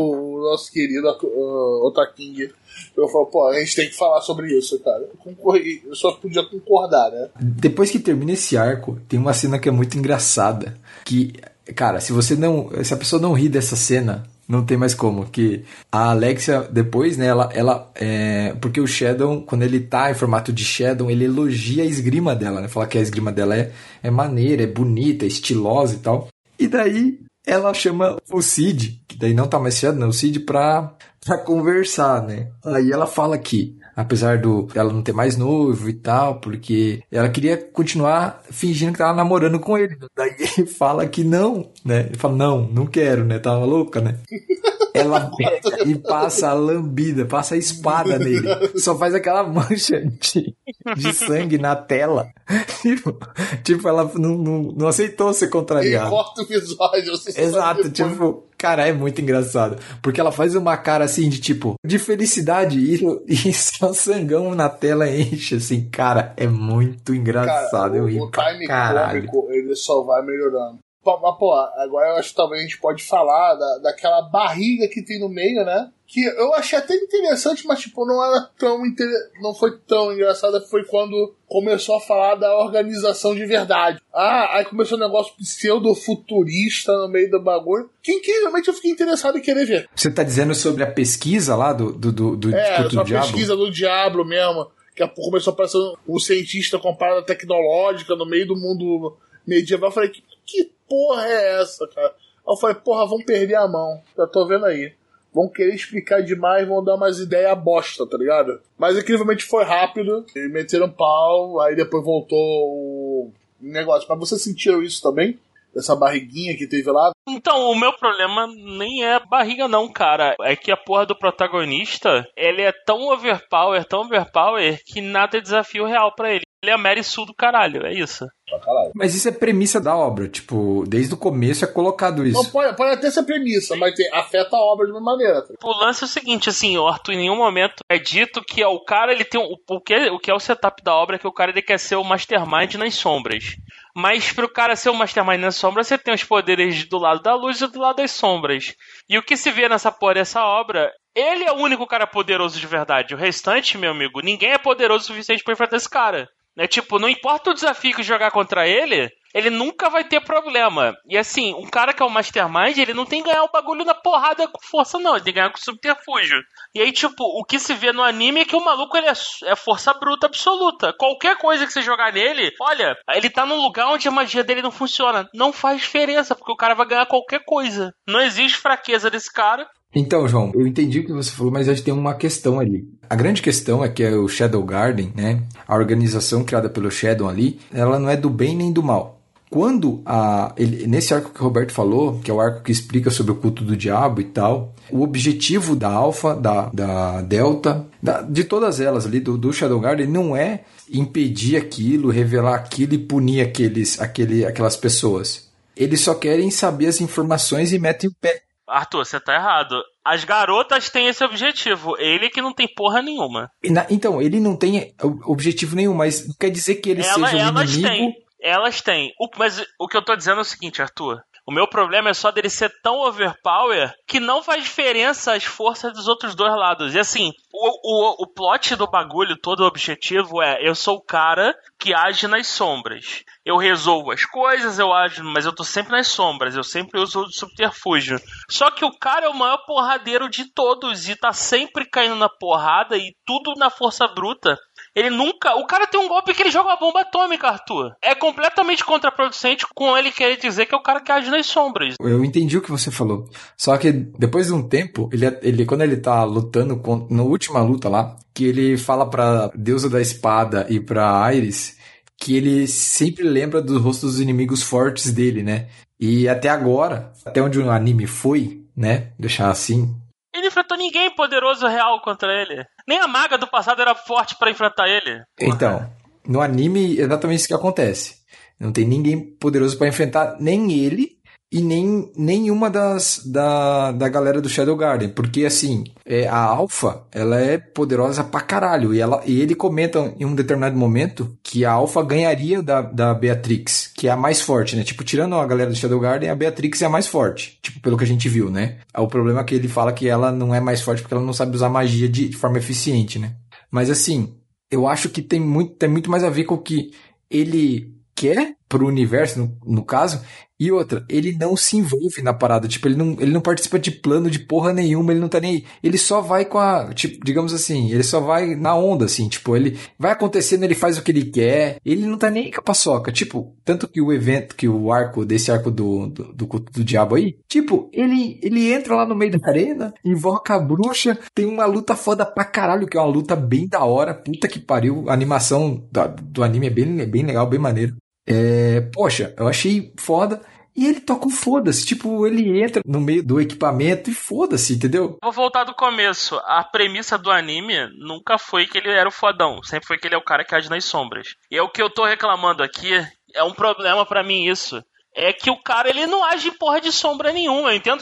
o nosso querido uh, Otaking eu falo, pô, a gente tem que falar sobre isso, cara. Eu, concorri, eu só podia concordar, né?
Depois que termina esse arco, tem uma cena que é muito engraçada. Que, cara, se você não. Se a pessoa não rir dessa cena, não tem mais como. Que a Alexia, depois, né, ela. ela é, porque o Shadow, quando ele tá em formato de Shadow, ele elogia a esgrima dela, né? Fala que a esgrima dela é, é maneira, é bonita, é estilosa e tal. E daí ela chama o Cid, que daí não tá mais Shadow, não, o Cid pra. pra conversar, né? Aí ela fala que, apesar do ela não ter mais noivo e tal, porque ela queria continuar fingindo que tava namorando com ele. Daí ele fala que não, né? Ele fala, não, não quero, né? Tava louca, né? Ela pega e passa a lambida, passa a espada nele. Só faz aquela mancha de, de sangue na tela. Tipo, tipo ela não, não, não aceitou ser contrariada.
E corta o episódio.
Exato, tipo, cara, é muito engraçado. Porque ela faz uma cara assim de tipo, de felicidade e, e só sangão na tela enche, assim, cara, é muito engraçado.
Cara,
eu
o,
ri
o
pra
time
caralho.
cômico, ele só vai melhorando. Mas, pô, agora eu acho que talvez a gente pode falar da, daquela barriga que tem no meio, né? Que eu achei até interessante, mas, tipo, não era tão inter... não foi tão engraçada. Foi quando começou a falar da organização de verdade. Ah, aí começou um negócio pseudo-futurista no meio do bagulho. Que incrivelmente eu fiquei interessado em querer ver.
Você tá dizendo sobre a pesquisa lá do, do, do, do
é,
Culto do
a
Diabo?
pesquisa do Diablo mesmo. Que começou a aparecer um cientista com parada tecnológica no meio do mundo medieval. Eu falei, que, que porra é essa, cara? Aí eu falei, porra, vão perder a mão. Já tô vendo aí. Vão querer explicar demais, vão dar umas ideias bosta, tá ligado? Mas incrivelmente foi rápido. E meteram pau, aí depois voltou o negócio. Mas vocês sentiram isso também? Essa barriguinha que teve lá?
Então, o meu problema nem é barriga não, cara. É que a porra do protagonista, ele é tão overpower, tão overpower, que nada é desafio real pra ele. Ele é a Mary Sue do caralho, é isso.
Mas isso é premissa da obra, tipo, desde o começo é colocado isso.
Não, pode, pode até ser premissa, mas tem, afeta a obra de uma maneira.
O lance é o seguinte, assim, o Arthur, em nenhum momento é dito que o cara, ele tem, o, o, que, o que é o setup da obra é que o cara, ele quer ser o mastermind nas sombras. Mas pro cara ser o mastermind nas sombras, você tem os poderes do lado da luz e do lado das sombras. E o que se vê nessa porra dessa obra, ele é o único cara poderoso de verdade. O restante, meu amigo, ninguém é poderoso o suficiente pra enfrentar esse cara. É tipo, não importa o desafio que jogar contra ele, ele nunca vai ter problema. E assim, um cara que é o Mastermind, ele não tem que ganhar o bagulho na porrada com força, não. Ele tem que ganhar com subterfúgio. E aí, tipo, o que se vê no anime é que o maluco, ele é, é força bruta absoluta. Qualquer coisa que você jogar nele, olha, ele tá num lugar onde a magia dele não funciona. Não faz diferença, porque o cara vai ganhar qualquer coisa. Não existe fraqueza desse cara.
Então, João, eu entendi o que você falou, mas acho que tem uma questão ali. A grande questão é que é o Shadow Garden, né? A organização criada pelo Shadow ali, ela não é do bem nem do mal. Quando, a, ele, nesse arco que o Roberto falou, que é o arco que explica sobre o culto do diabo e tal, o objetivo da Alpha, da, da Delta, da, de todas elas ali, do, do Shadow Garden, não é impedir aquilo, revelar aquilo e punir aqueles, aquele, aquelas pessoas. Eles só querem saber as informações e metem o pé.
Arthur, você tá errado. As garotas têm esse objetivo. Ele que não tem porra nenhuma.
Na, então, ele não tem objetivo nenhum, mas não quer dizer que ele
Ela,
seja um
elas
inimigo...
Têm. Elas têm. O, mas o que eu tô dizendo é o seguinte, Arthur. O meu problema é só dele ser tão overpower que não faz diferença as forças dos outros dois lados. E assim, o, o, o plot do bagulho, todo o objetivo é: eu sou o cara que age nas sombras. Eu resolvo as coisas, eu ajo, mas eu tô sempre nas sombras. Eu sempre uso o subterfúgio. Só que o cara é o maior porradeiro de todos e tá sempre caindo na porrada e tudo na força bruta. Ele nunca... O cara tem um golpe que ele joga uma bomba atômica, Arthur. É completamente contraproducente com ele querer dizer que é o cara que age nas sombras.
Eu entendi o que você falou. Só que depois de um tempo, ele, ele, quando ele tá lutando, com, na última luta lá, que ele fala pra deusa da espada e pra Ares que ele sempre lembra dos rostos dos inimigos fortes dele, né? E até agora, até onde o anime foi, né? Deixar assim...
Ele não enfrentou ninguém poderoso real contra ele. Nem a maga do passado era forte pra enfrentar ele.
Então, no anime, exatamente isso que acontece. Não tem ninguém poderoso pra enfrentar nem ele e nem nenhuma das, da, da galera do Shadow Garden. Porque, assim, é, a Alpha, ela é poderosa pra caralho. E, ela, e ele comenta em um determinado momento que a Alpha ganharia da, da Beatrix, que é a mais forte, né? Tipo, tirando a galera do Shadow Garden, a Beatrix é a mais forte. Tipo, pelo que a gente viu, né? O problema é que ele fala que ela não é mais forte porque ela não sabe usar magia de, de forma eficiente, né? Mas, assim, eu acho que tem muito, tem muito mais a ver com o que ele quer pro universo, no, no caso. E outra, ele não se envolve na parada, tipo, ele não, ele não participa de plano de porra nenhuma, ele não tá nem aí. Ele só vai com a, tipo, digamos assim, ele só vai na onda, assim, tipo, ele vai acontecendo, ele faz o que ele quer, ele não tá nem aí com a paçoca. Tipo, tanto que o evento, que o arco, desse arco do, do, do culto do diabo aí, tipo, ele, ele entra lá no meio da arena, invoca a bruxa, tem uma luta foda pra caralho, que é uma luta bem da hora, puta que pariu, a animação do, do anime é bem, bem legal, bem maneiro. É, poxa, eu achei foda. E ele toca um foda-se. Tipo, ele entra no meio do equipamento e foda-se, entendeu?
Vou voltar do começo. A premissa do anime nunca foi que ele era o fodão. Sempre foi que ele é o cara que age nas sombras. E é o que eu tô reclamando aqui. É um problema pra mim isso. É que o cara, ele não age em porra de sombra nenhuma. Eu entendo que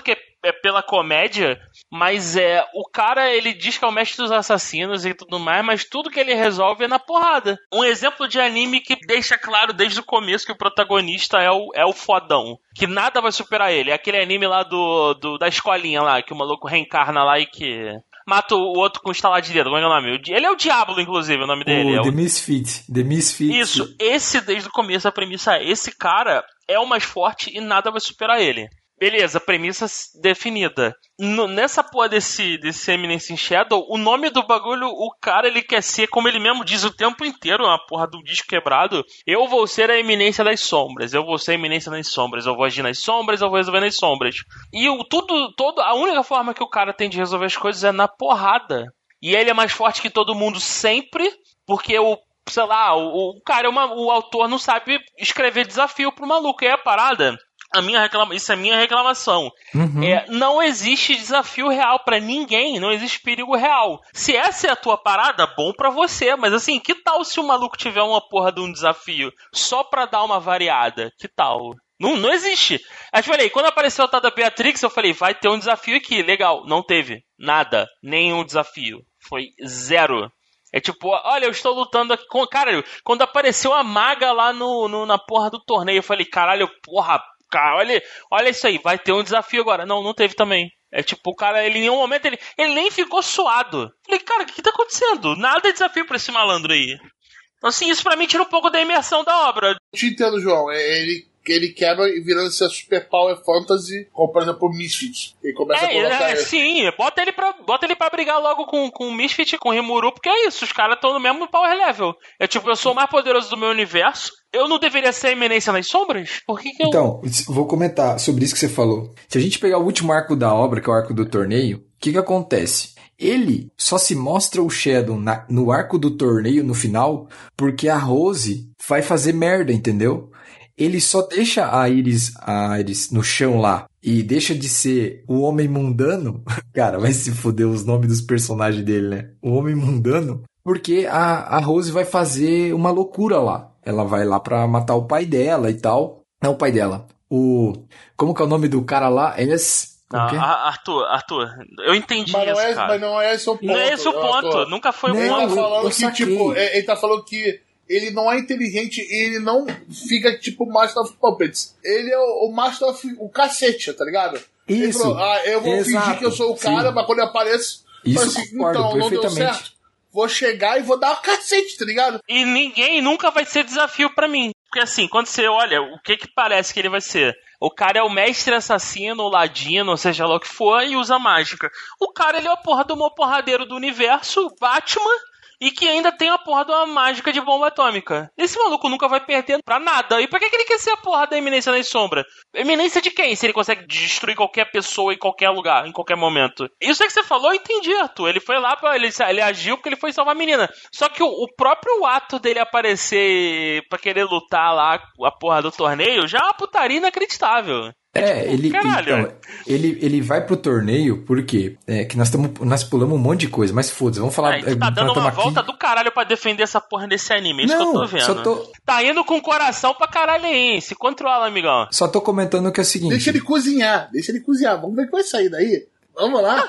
é pela comédia, mas é o cara, ele diz que é o mestre dos assassinos e tudo mais, mas tudo que ele resolve é na porrada. Um exemplo de anime que deixa claro desde o começo que o protagonista é o, é o fodão, que nada vai superar ele. É aquele anime lá do, do da escolinha lá, que o maluco reencarna lá e que mata o outro com estalar de dedo. Como é o nome? Ele é o Diablo, inclusive, o nome dele.
O
é
The
o...
Misfit. The Misfit.
Isso, esse desde o começo a premissa é, esse cara é o mais forte e nada vai superar ele. Beleza, premissa definida. No, nessa porra desse, desse Eminence in Shadow, o nome do bagulho, o cara, ele quer ser, como ele mesmo diz o tempo inteiro, a porra do disco quebrado, eu vou ser a eminência das sombras, eu vou ser a eminência das sombras, eu vou agir nas sombras, eu vou resolver nas sombras. E o, tudo, todo, a única forma que o cara tem de resolver as coisas é na porrada. E ele é mais forte que todo mundo sempre, porque o sei lá, o, o cara, é uma, o autor não sabe escrever desafio pro maluco, e é a parada... A minha reclama... Isso é minha reclamação.
Uhum.
É, não existe desafio real pra ninguém, não existe perigo real. Se essa é a tua parada, bom pra você, mas assim, que tal se o maluco tiver uma porra de um desafio só pra dar uma variada? Que tal? Não, não existe. Aí eu falei, quando apareceu a tal da Beatrix, eu falei, vai ter um desafio aqui, legal. Não teve nada, nenhum desafio. Foi zero. É tipo, olha, eu estou lutando aqui com... Cara, quando apareceu a maga lá no, no, na porra do torneio, eu falei, caralho, porra... Cara, olha, olha isso aí, vai ter um desafio agora. Não, não teve também. É tipo, o cara, ele em nenhum momento, ele, ele nem ficou suado. Falei, cara, o que, que tá acontecendo? Nada de desafio pra esse malandro aí. Então, assim, isso pra mim tira um pouco da imersão da obra.
Eu te entendo, João. Ele, ele quebra e virando essa super power fantasy, como por exemplo o Misfits. Ele começa
é,
a colocar...
É, sim, bota ele, pra, bota ele pra brigar logo com, com o Misfit e com o Rimuru, porque é isso, os caras estão no mesmo power level. É tipo, eu sou o mais poderoso do meu universo, eu não deveria ser a eminência nas sombras? Por que que eu...
Então, vou comentar sobre isso que você falou. Se a gente pegar o último arco da obra, que é o arco do torneio, o que que acontece? Ele só se mostra o Shadow na, no arco do torneio, no final, porque a Rose vai fazer merda, entendeu? Ele só deixa a Iris, a Iris no chão lá e deixa de ser o homem mundano. Cara, vai se foder os nomes dos personagens dele, né? O homem mundano, porque a, a Rose vai fazer uma loucura lá. Ela vai lá pra matar o pai dela e tal. Não o pai dela. O... Como que é o nome do cara lá? Es...
Não,
é?
Arthur, Arthur, eu entendi
mas
isso,
é,
cara.
Mas não é esse o ponto.
Não é esse o ponto,
Arthur.
Nunca foi
não,
um
Ele tá
eu,
falando
eu
que,
saquei.
tipo, ele tá falando que ele não é inteligente e ele não fica tipo Master of Puppets. Ele é o, o Master of... o cacete, tá ligado?
Isso.
Ele falou, ah, eu vou
Exato.
fingir que eu sou o cara,
Sim.
mas quando eu apareço...
Isso
assim,
concordo,
então, não deu
perfeitamente.
certo. Vou chegar e vou dar o cacete, tá ligado?
E ninguém nunca vai ser desafio pra mim. Porque assim, quando você olha, o que que parece que ele vai ser? O cara é o mestre assassino, o ladino, seja lá o que for, e usa mágica. O cara, ele é a porra do maior porradeiro do universo, Batman, e que ainda tem a porra de uma mágica de bomba atômica. Esse maluco nunca vai perder pra nada. E pra que que ele quer ser a porra da eminência nas sombras? Eminência de quem? Se ele consegue destruir qualquer pessoa em qualquer lugar, em qualquer momento. Isso é que você falou, eu entendi, Arthur. Ele foi lá, pra, ele, ele agiu porque ele foi salvar a menina. Só que o, o próprio ato dele aparecer pra querer lutar lá a porra do torneio já é uma putaria inacreditável.
É,
tipo,
ele,
caralho.
então, ele, ele vai pro torneio porque é, que nós, tamo, nós pulamos um monte de coisa, mas foda-se, vamos falar...
Aí tu tá
é,
dando uma
aqui.
volta do caralho pra defender essa porra desse anime, isso
Não,
que eu tô vendo.
só tô...
Tá indo com o coração pra caralho aí, se controla, amigão.
Só tô comentando que é o seguinte...
Deixa ele cozinhar, deixa ele cozinhar. Vamos ver o que vai sair daí. Vamos lá.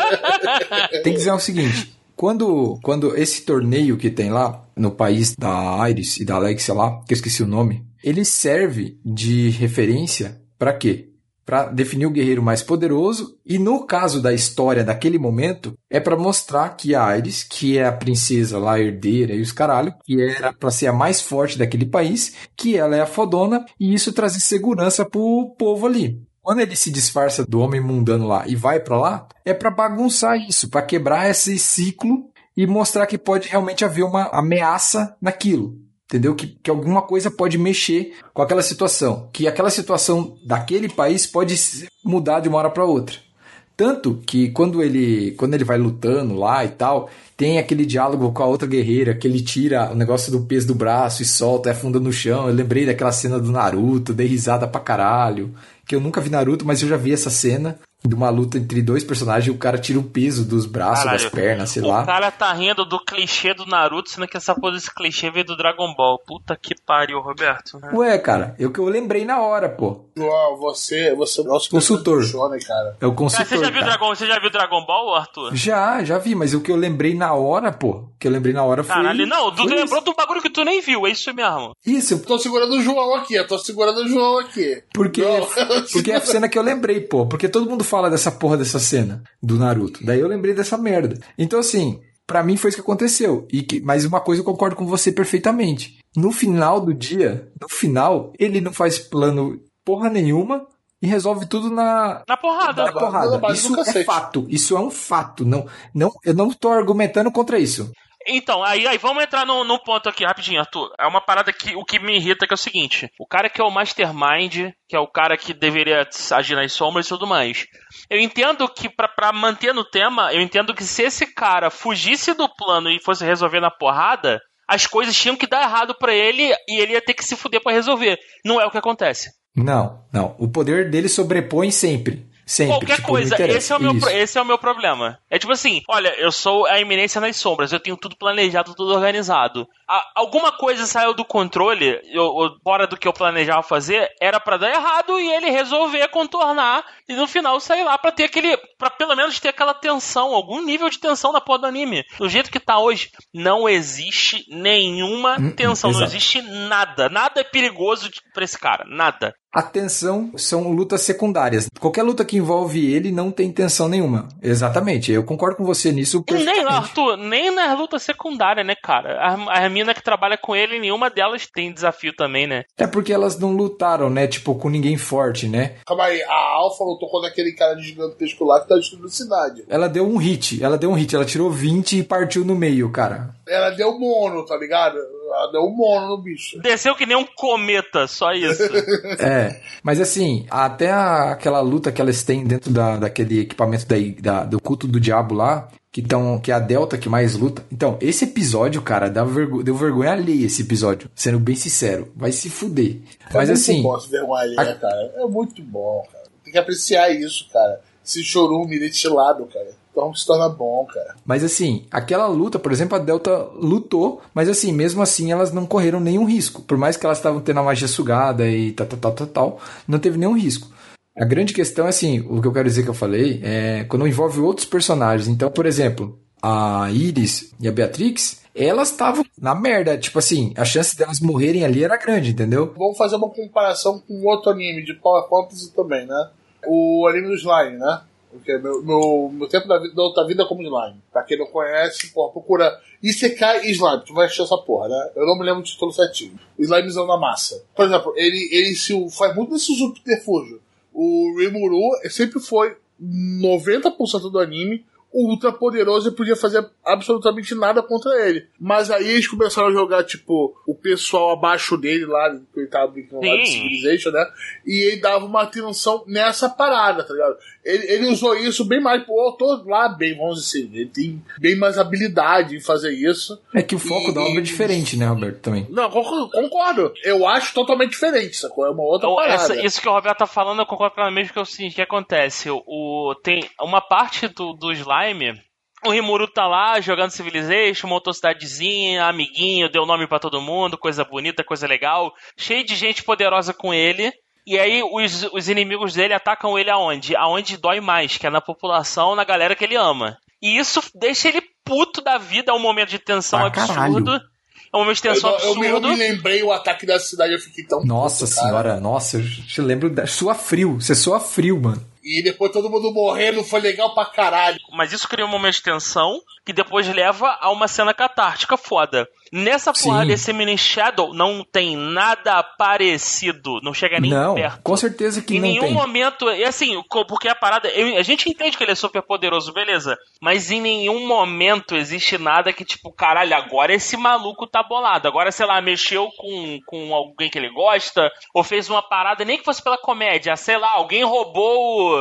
Tem que dizer o seguinte... Quando, quando esse torneio que tem lá, no país da Iris e da Alexia lá, que eu esqueci o nome, ele serve de referência pra quê? Pra definir o guerreiro mais poderoso, e no caso da história daquele momento, é pra mostrar que a Iris, que é a princesa lá, herdeira e os caralho, que era pra ser a mais forte daquele país, que ela é a fodona, e isso trazer segurança pro povo ali. Quando ele se disfarça do homem mundano lá e vai pra lá, é pra bagunçar isso, pra quebrar esse ciclo e mostrar que pode realmente haver uma ameaça naquilo. Entendeu? Que, que alguma coisa pode mexer com aquela situação. Que aquela situação daquele país pode mudar de uma hora para outra. Tanto que quando ele, quando ele vai lutando lá e tal, tem aquele diálogo com a outra guerreira, que ele tira o negócio do peso do braço e solta e afunda no chão. Eu lembrei daquela cena do Naruto, dei risada pra caralho. Que eu nunca vi Naruto, mas eu já vi essa cena. de uma luta entre dois personagens e o cara tira o peso dos braços,
Caralho,
das pernas, sei
o
lá.
O cara tá rindo do clichê do Naruto, sendo que essa porra desse clichê veio do Dragon Ball. Puta que pariu, Roberto.
Ué, cara, eu que eu lembrei na hora, pô.
João, você, você é o nosso
consultor.
Shonen, cara.
É o consultor,
cara, você, já viu
cara.
Dragon, você já viu Dragon Ball, Arthur?
Já, já vi, mas o que eu lembrei na hora, pô, o que eu lembrei na hora foi...
Caralho, não, tu
foi
lembrou
isso.
de um bagulho que tu nem viu, é isso mesmo.
Isso,
Tô segurando o João aqui, eu tô segurando o João aqui.
Porque,
Não,
porque é a cena que eu lembrei, pô. Porque todo mundo fala dessa porra dessa cena do Naruto. Daí eu lembrei dessa merda. Então, assim, pra mim foi isso que aconteceu. E que, mas uma coisa eu concordo com você perfeitamente. No final do dia, no final, ele não faz plano porra nenhuma e resolve tudo na...
Na porrada.
Na porrada.
Na base do
Isso é
cacete.
fato. Isso é um fato. Não, não, eu não tô argumentando contra isso.
Então, aí, aí vamos entrar num, num ponto aqui, rapidinho, Arthur. É uma parada que o que me irrita que é o seguinte. O cara que é o Mastermind, que é o cara que deveria agir nas sombras e tudo mais. Eu entendo que, pra, pra manter no tema, eu entendo que se esse cara fugisse do plano e fosse resolver na porrada, as coisas tinham que dar errado pra ele e ele ia ter que se fuder pra resolver. Não é o que acontece.
Não, não. O poder dele sobrepõe sempre. Sempre.
Qualquer
tipo,
coisa,
não interessa.
esse é, o meu,
Isso.
esse é o meu problema. É tipo assim, olha, eu sou a eminência nas sombras, eu tenho tudo planejado, tudo organizado. A, alguma coisa saiu do controle, eu, eu, fora do que eu planejava fazer, era pra dar errado e ele resolver contornar e no final sair lá pra ter aquele, pra pelo menos ter aquela tensão, algum nível de tensão na porra do anime. Do jeito que tá hoje, não existe nenhuma
Hum,
tensão, não
exato.
existe nada, nada é perigoso pra esse cara, nada.
A tensão são lutas secundárias. Qualquer luta que envolve ele não tem tensão nenhuma. Exatamente, eu concordo com você nisso
E nem,
perfeitamente.
Arthur, nem nas lutas secundárias, né, cara? A, a mina que trabalha com ele, nenhuma delas tem desafio também, né?
É porque elas não lutaram, né? Tipo, com ninguém forte, né?
Calma aí, a Alpha lutou contra aquele cara de gigantesco lá que tá destruindo a cidade.
Ela deu um hit, ela deu um hit, ela tirou vinte e partiu no meio, cara.
Ela deu mono, tá ligado? Ela deu mono no bicho.
Desceu que nem um cometa, só isso.
É, mas assim, até a- aquela luta que elas têm dentro da, daquele equipamento da, da- do culto do diabo lá, que, tão, que é a Delta que mais luta. Então, esse episódio, cara, dá vergo- deu vergonha alheia esse episódio, sendo bem sincero. Vai se fuder.
É
Mas
muito
assim,
bom esse vergonha ali,
a-
né, cara? É muito bom, cara. Tem que apreciar isso, cara. Esse chorume destilado, cara. Então se torna bom, cara.
mas assim, aquela luta, por exemplo, a Delta lutou, mas assim, mesmo assim elas não correram nenhum risco. Por mais que elas estavam tendo a magia sugada e tal, tal, tal, tal, tal, não teve nenhum risco. A grande questão é assim, o que eu quero dizer que eu falei, é quando envolve outros personagens. Então, por exemplo, a Iris e a Beatrix, elas estavam na merda. Tipo assim, a chance delas morrerem ali era grande, entendeu?
Vamos fazer uma comparação com outro anime de Power Fantasy também, né? O anime do Slime, né? Porque meu, meu, meu tempo da, vida, da outra vida é como Slime. Pra quem não conhece, porra, procura Isekai e Slime. Tu vai assistir essa porra, né? Eu não me lembro do título certinho. Slimezão na massa. Por exemplo, ele, ele se, faz muito desse subterfúgio. O Rimuru sempre foi noventa por cento do anime ultra poderoso e podia fazer absolutamente nada contra ele. Mas aí eles começaram a jogar, tipo, o pessoal abaixo dele lá, que ele tava brincando lá de
Sim.
Civilization, né? E ele dava uma atenção nessa parada, tá ligado? Ele, ele usou isso bem mais, pô, eu tô lá bem, vamos dizer assim, ele tem bem mais habilidade em fazer isso.
É que o foco
E-
da obra é diferente, né, Roberto, também.
Não, concordo, concordo. Eu acho totalmente diferente, sacou? É uma outra
Então,
parada.
essa- isso que o Roberto tá falando, eu concordo plenamente, que é o seguinte, que acontece, o, o- tem uma parte do, do Slime, o Rimuru tá lá jogando Civilization, montou cidadezinha, amiguinho, deu nome pra todo mundo, coisa bonita, coisa legal, cheio de gente poderosa com ele, e aí os, os inimigos dele atacam ele aonde? Aonde dói mais, que é na população, na galera que ele ama. E isso deixa ele puto da vida, é um momento de tensão
Pra
absurdo,
caralho.
é um momento de tensão
eu, eu, me- eu
absurdo.
me lembrei o ataque da cidade, eu fiquei tão
Nossa
puto, cara.
senhora, nossa, eu te lembro da. Sua frio, você soa frio, mano.
E depois todo mundo morrendo, foi legal pra caralho.
Mas isso cria um momento de tensão que depois leva a uma cena catártica foda. Nessa porra
Sim.
desse mini Shadow não tem nada parecido, não chega nem
Não,
perto.
com certeza que
Em
não
nenhum
tem.
momento, e assim, co- porque a parada, eu- a gente entende que ele é super poderoso, beleza, mas em nenhum momento existe nada que tipo, caralho, agora esse maluco tá bolado, agora, sei lá, mexeu com, com alguém que ele gosta, ou fez uma parada, nem que fosse pela comédia, sei lá, alguém roubou,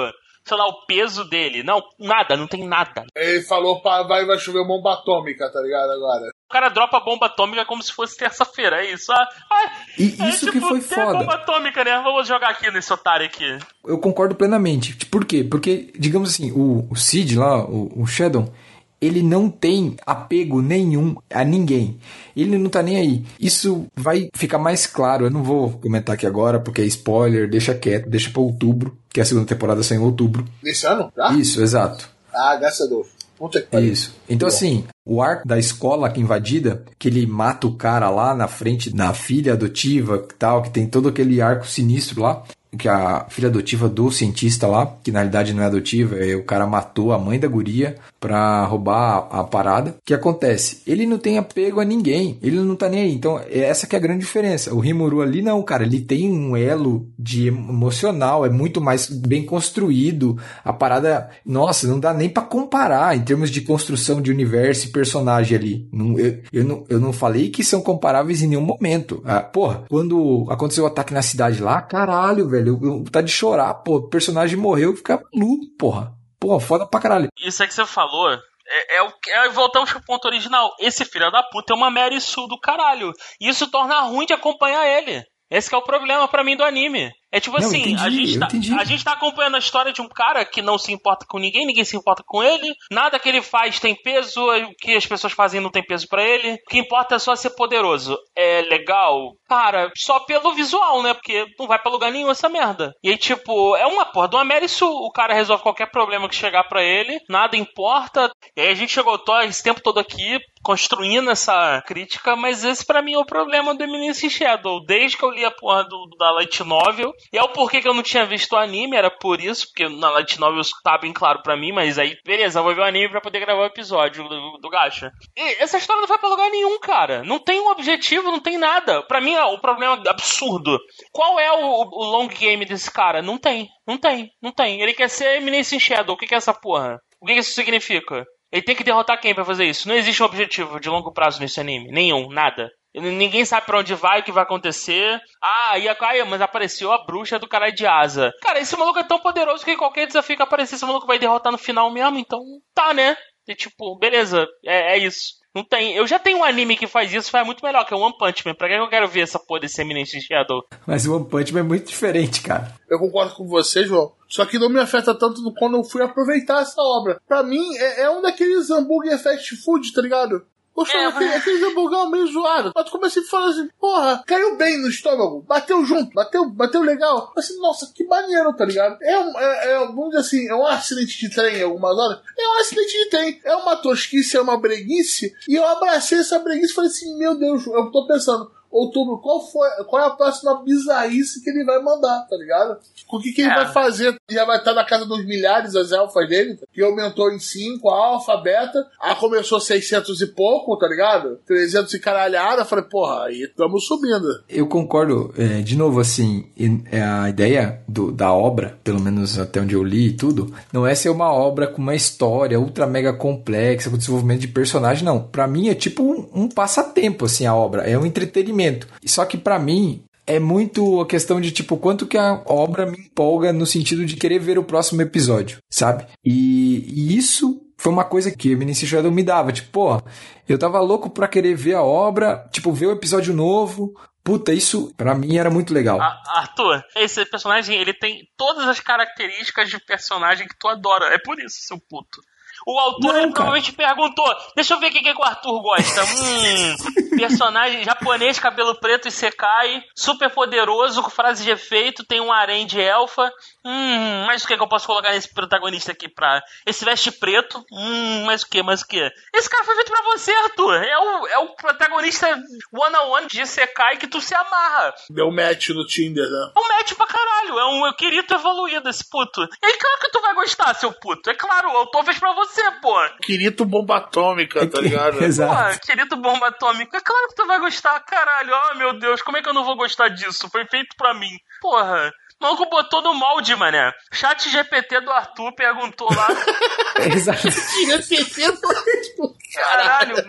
sei lá, o peso dele. Não, nada, não tem nada.
Ele falou, pá, vai, vai chover bomba atômica, tá ligado, agora?
O cara dropa a bomba atômica como se fosse terça-feira, é isso. Ah, ah,
E
é,
isso
tipo,
que foi
tem
foda.
bomba atômica, né? Vamos jogar aqui nesse otário aqui.
Eu concordo plenamente. Por quê? Porque, digamos assim, o, o Cid lá, o, o Shadow, ele não tem apego nenhum a ninguém. Ele não tá nem aí. Isso vai ficar mais claro. Eu não vou comentar aqui agora, porque é spoiler. Deixa quieto, deixa pra outubro, que a segunda temporada sai em outubro.
Nesse ano? Já?
Isso, exato.
Ah, graças a Deus. Puta que pariu.
Isso. Então, assim, o arco da escola invadida, que ele mata o cara lá na frente da filha adotiva e tal, que tem todo aquele arco sinistro lá, que a filha adotiva do cientista lá, que na realidade não é adotiva, é o cara matou a mãe da guria pra roubar a, a parada. O que acontece? Ele não tem apego a ninguém, ele não tá nem aí. Então, essa que é a grande diferença. O Rimuru ali não, cara, ele tem um elo de emocional, é muito mais bem construído. A parada, nossa, não dá nem pra comparar em termos de construção de universo e personagem ali. Não, eu, eu, não, eu não falei que são comparáveis em nenhum momento. Ah, porra, quando aconteceu o ataque na cidade lá, caralho, velho, eu, eu, tá de chorar, pô, o personagem morreu e fica maluco, porra. Porra, foda pra caralho.
Isso aí que você falou é, é, o, é voltamos pro ponto original. Esse filho da puta é uma Mary Sue do caralho. E isso torna ruim de acompanhar ele. Esse que é o problema pra mim do anime. É tipo
Não,
assim,
entendi,
a, gente tá,
entendi.
a gente tá acompanhando a história de um cara que não se importa com ninguém, ninguém se importa com ele, nada que ele faz tem peso, o que as pessoas fazem não tem peso pra ele, o que importa é só ser poderoso. É legal? Cara, só pelo visual, né? Porque não vai pra lugar nenhum essa merda. E aí, tipo, é uma porra de uma Mary Sue. O cara resolve qualquer problema que chegar pra ele, nada importa. E aí a gente chegou tô, esse tempo todo aqui construindo essa crítica, mas esse pra mim é o problema do Eminence Shadow. Desde que eu li a porra do, da Light Novel, e é o porquê que eu não tinha visto o anime, era por isso, porque na Light Novel tá bem claro pra mim, mas aí, beleza, eu vou ver o anime pra poder gravar o episódio do, do Gacha. E essa história não vai pra lugar nenhum, cara. Não tem um objetivo, não tem nada. Pra mim, ó, o problema é absurdo. Qual é o, o long game desse cara? Não tem, não tem, não tem. Ele quer ser Eminence Shadow, o que que é essa porra? O que que isso significa? Ele tem que derrotar quem pra fazer isso? Não existe um objetivo de longo prazo nesse anime. Nenhum, nada. Ninguém sabe pra onde vai, o que vai acontecer. Ah, e a, ah, mas apareceu a bruxa do caralho de asa. Cara, esse maluco é tão poderoso que qualquer desafio que aparecer, esse maluco vai derrotar no final mesmo. Então, tá, né? E tipo, beleza, é, é isso. Não tem. Eu já tenho um anime que faz isso, faz muito melhor, que é o One Punch Man. Pra que eu quero ver essa porra desse Eminence Shadow?
Mas o One Punch Man é muito diferente, cara.
Eu concordo com você, João. Só que não me afeta tanto quando eu fui aproveitar essa obra. Pra mim, é, é um daqueles hambúrguer fast food, tá ligado? Poxa, é, aquele, aqueles hambúrguer meio zoado. Mas tu comecei a falar assim, porra, caiu bem no estômago, bateu junto, bateu, bateu legal. Assim, nossa, que maneiro, tá ligado? É um, é, é, vamos dizer assim, é um acidente de trem em algumas horas. É um acidente de trem. É uma tosquice, é uma breguice. E eu abracei essa breguice e falei assim, meu Deus, eu tô pensando, outubro, qual, foi, qual é a próxima bizarrice que ele vai mandar, tá ligado? O que, que ele
é.
vai fazer? Já vai estar na casa dos milhares as alfas dele, que aumentou em cinco, a alfa, a beta. A começou seiscentos e pouco, tá ligado? trezentos e caralhada. Falei, porra, aí estamos subindo.
Eu concordo, é, de novo, assim, a ideia do, da obra, pelo menos até onde eu li e tudo, não é ser uma obra com uma história ultra mega complexa, com desenvolvimento de personagem, não. Pra mim é tipo um, um passatempo, assim, a obra. É um entretenimento. Só que pra mim é muito a questão de tipo quanto que a obra me empolga no sentido de querer ver o próximo episódio, sabe? E, e isso foi uma coisa que o Eminence Shadow me dava, tipo, pô, eu tava louco pra querer ver a obra, tipo, ver o episódio novo. Puta, isso pra mim era muito legal.
Arthur, esse personagem, ele tem todas as características de personagem que tu adora. É por isso, seu puto. O autor, não, ele provavelmente perguntou, deixa eu ver o que, que o Arthur gosta. Hum, personagem japonês, cabelo preto e secai, super poderoso, com frase de efeito, tem um harém de elfa. Hum, mas o que, que eu posso colocar nesse protagonista aqui pra... Esse veste preto? Hum, mas o que, mas o que? Esse cara foi feito pra você, Arthur. É o, é o protagonista one-on-one de Sekai que tu se amarra.
Deu match no Tinder, né?
É um match pra caralho, é um Kirito evoluído, esse puto. E aí, claro que tu vai gostar, seu puto. É claro, o autor fez pra você. Você, pô.
Kirito bomba atômica, tá ligado?
Exato.
Pô, Kirito bomba atômica. É claro que tu vai gostar, caralho. Oh, meu Deus, como é que eu não vou gostar disso? Foi feito pra mim. Porra. O maluco botou no molde, mané. Chat G P T do Arthur perguntou lá.
Exato.
G P T do Arthur.
Caralho, mano.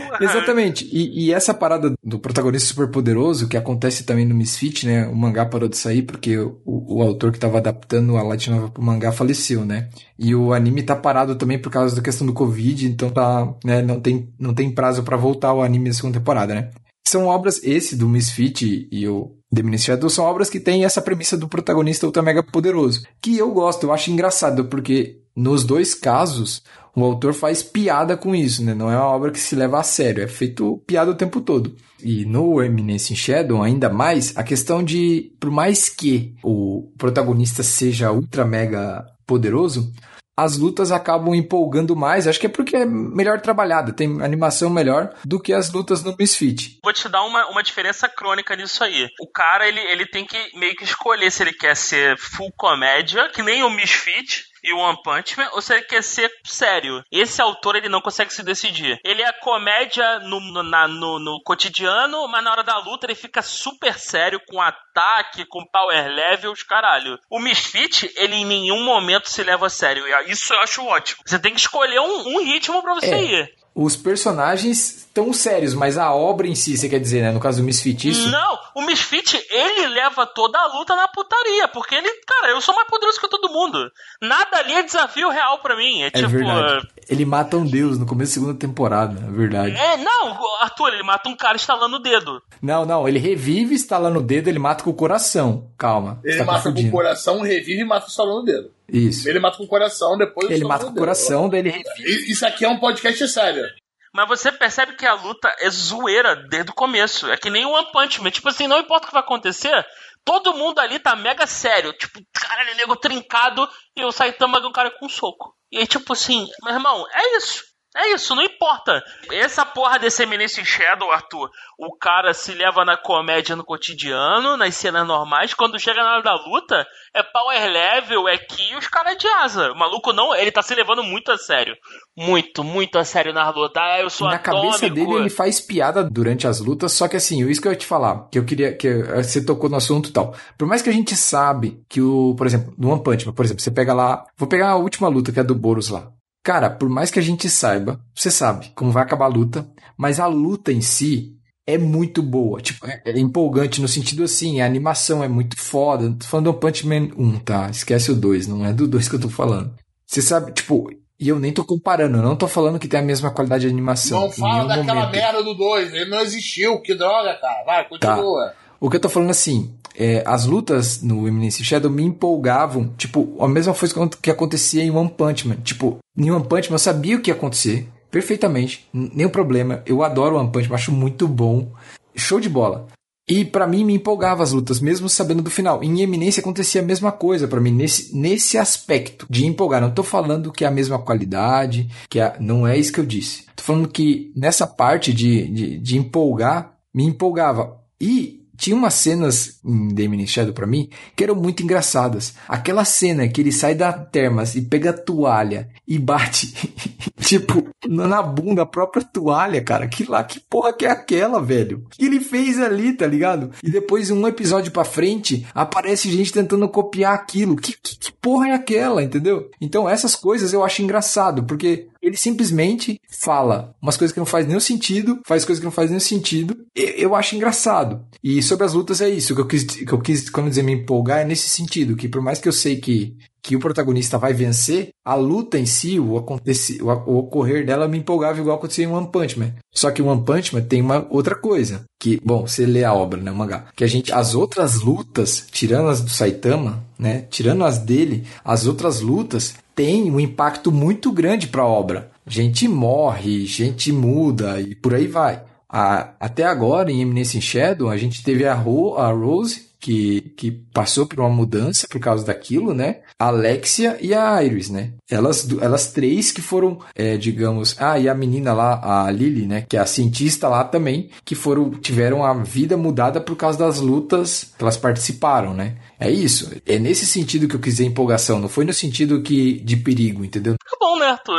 Exatamente. E, e essa parada do protagonista super poderoso, que acontece também no Misfit, né? O mangá parou de sair porque o, o autor que tava adaptando a light novel pro mangá faleceu, né? E o anime tá parado também por causa da questão do Covid, então tá, né? Não tem, não tem prazo pra voltar o anime na segunda temporada, né? São obras, esse do Misfit e o The Minion Shadow, são obras que têm essa premissa do protagonista ultra mega poderoso, que eu gosto, eu acho engraçado, porque nos dois casos o autor faz piada com isso, né? Não é uma obra que se leva a sério, é feito piada o tempo todo. E no Eminence in Shadow, ainda mais, a questão de, por mais que o protagonista seja ultra mega poderoso, as lutas acabam empolgando mais, acho que é porque é melhor trabalhada, tem animação melhor do que as lutas no Misfit.
Vou te dar uma, uma diferença crônica nisso aí. O cara, ele, ele tem que meio que escolher se ele quer ser full comédia, que nem o Misfit e o One Punch Man, ou se ele quer ser sério. Esse autor, ele não consegue se decidir. Ele é comédia no, no, na, no, no cotidiano, mas na hora da luta ele fica super sério, com ataque, com power levels, caralho. O Misfit, ele em nenhum momento se leva a sério. Isso eu acho ótimo. Você tem que escolher um, um ritmo pra você
é.
ir.
Os personagens estão sérios, mas a obra em si, você quer dizer, né? No caso do Misfit, isso?
Não, o Misfit, ele leva toda a luta na putaria, porque ele, cara, eu sou mais poderoso que todo mundo. Nada ali é desafio real pra mim. É,
é
tipo...
verdade. Ele mata um deus no começo da segunda temporada, é verdade.
É, não, Arthur, ele mata um cara estalando o dedo.
Não, não, ele revive estalando o dedo, ele mata com o coração. Calma.
Ele
tá
mata
confundindo.
com o coração, revive e mata estalando o dedo.
Isso.
Ele mata com o coração, depois...
Ele mata com o coração, daí ele revive.
Isso aqui é um podcast sério.
Mas você percebe que a luta é zoeira desde o começo. É que nem o One Punch Man. Tipo assim, não importa o que vai acontecer, todo mundo ali tá mega sério. Tipo, caralho, nego trincado e o Saitama é um cara com um soco. E aí, tipo assim, meu irmão, é isso. É isso, não importa. Essa porra desse Eminence in Shadow, Arthur, o cara se leva na comédia no cotidiano, nas cenas normais. Quando chega na hora da luta, é power level, é ki e os caras de asa. O maluco não, ele tá se levando muito a sério. Muito, muito a sério na luta. Ah, eu sou
na
atômico.
Cabeça dele, ele faz piada durante as lutas, só que assim, isso que eu ia te falar, que eu queria, que você tocou no assunto e tal. Por mais que a gente sabe que o, por exemplo, no One Punch Man, por exemplo, você pega lá, vou pegar a última luta, que é a do Boros lá. Cara, por mais que a gente saiba, você sabe como vai acabar a luta, mas a luta em si é muito boa. Tipo, é, é empolgante no sentido assim, a animação é muito foda. Tô falando do Punch Man um, tá? Esquece o dois, não é do dois que eu tô falando. Você sabe, tipo, e eu nem tô comparando, eu não tô falando que tem a mesma qualidade de animação.
Não fala daquela momento. Merda do dois, ele não existiu, que droga, cara. Vai, continua.
Tá. O que eu tô falando assim, é, as lutas no Eminence Shadow me empolgavam, tipo, a mesma coisa que acontecia em One Punch Man. Tipo, em One Punch Man eu sabia o que ia acontecer, perfeitamente, nenhum problema. Eu adoro One Punch Man, acho muito bom, show de bola. E pra mim me empolgava as lutas, mesmo sabendo do final. Em Eminência acontecia a mesma coisa pra mim, nesse, nesse aspecto de empolgar. Não tô falando que é a mesma qualidade, que é, não é isso que eu disse. Tô falando que nessa parte de, de, de empolgar, me empolgava. E tinha umas cenas em The Eminence Shadow pra mim que eram muito engraçadas. Aquela cena que ele sai da termas e pega a toalha e bate, tipo, na bunda, a própria toalha, cara. Que lá, que porra que é aquela, velho? O que ele fez ali, tá ligado? E depois, um episódio pra frente, aparece gente tentando copiar aquilo. Que, que, que porra é aquela, entendeu? Então, essas coisas eu acho engraçado, porque ele simplesmente fala umas coisas que não faz nenhum sentido, faz coisas que não faz nenhum sentido. Eu, eu acho engraçado. E sobre as lutas é isso. O que eu quis, que eu quis quando dizer me empolgar, é nesse sentido. Que por mais que eu sei que, que o protagonista vai vencer, a luta em si, o, aconteci, o, o ocorrer dela me empolgava igual acontecia em One Punch Man. Só que o One Punch Man tem uma outra coisa. Que, bom, você lê a obra, né, o mangá. Que a gente, as outras lutas, tirando as do Saitama, né, tirando as dele, as outras lutas tem um impacto muito grande para a obra. Gente morre, gente muda e por aí vai. A, até agora, em Eminence in Shadow, a gente teve a, Ro, a Rose, que, que passou por uma mudança por causa daquilo, né? A Alexia e a Iris, né? Elas, elas três que foram, é, digamos... Ah, e a menina lá, a Lily, né? Que é a cientista lá também, que foram, tiveram a vida mudada por causa das lutas que elas participaram, né? É isso. É nesse sentido que eu quis dizer empolgação. Não foi no sentido que, de perigo, entendeu?
Tá bom, né, Arthur?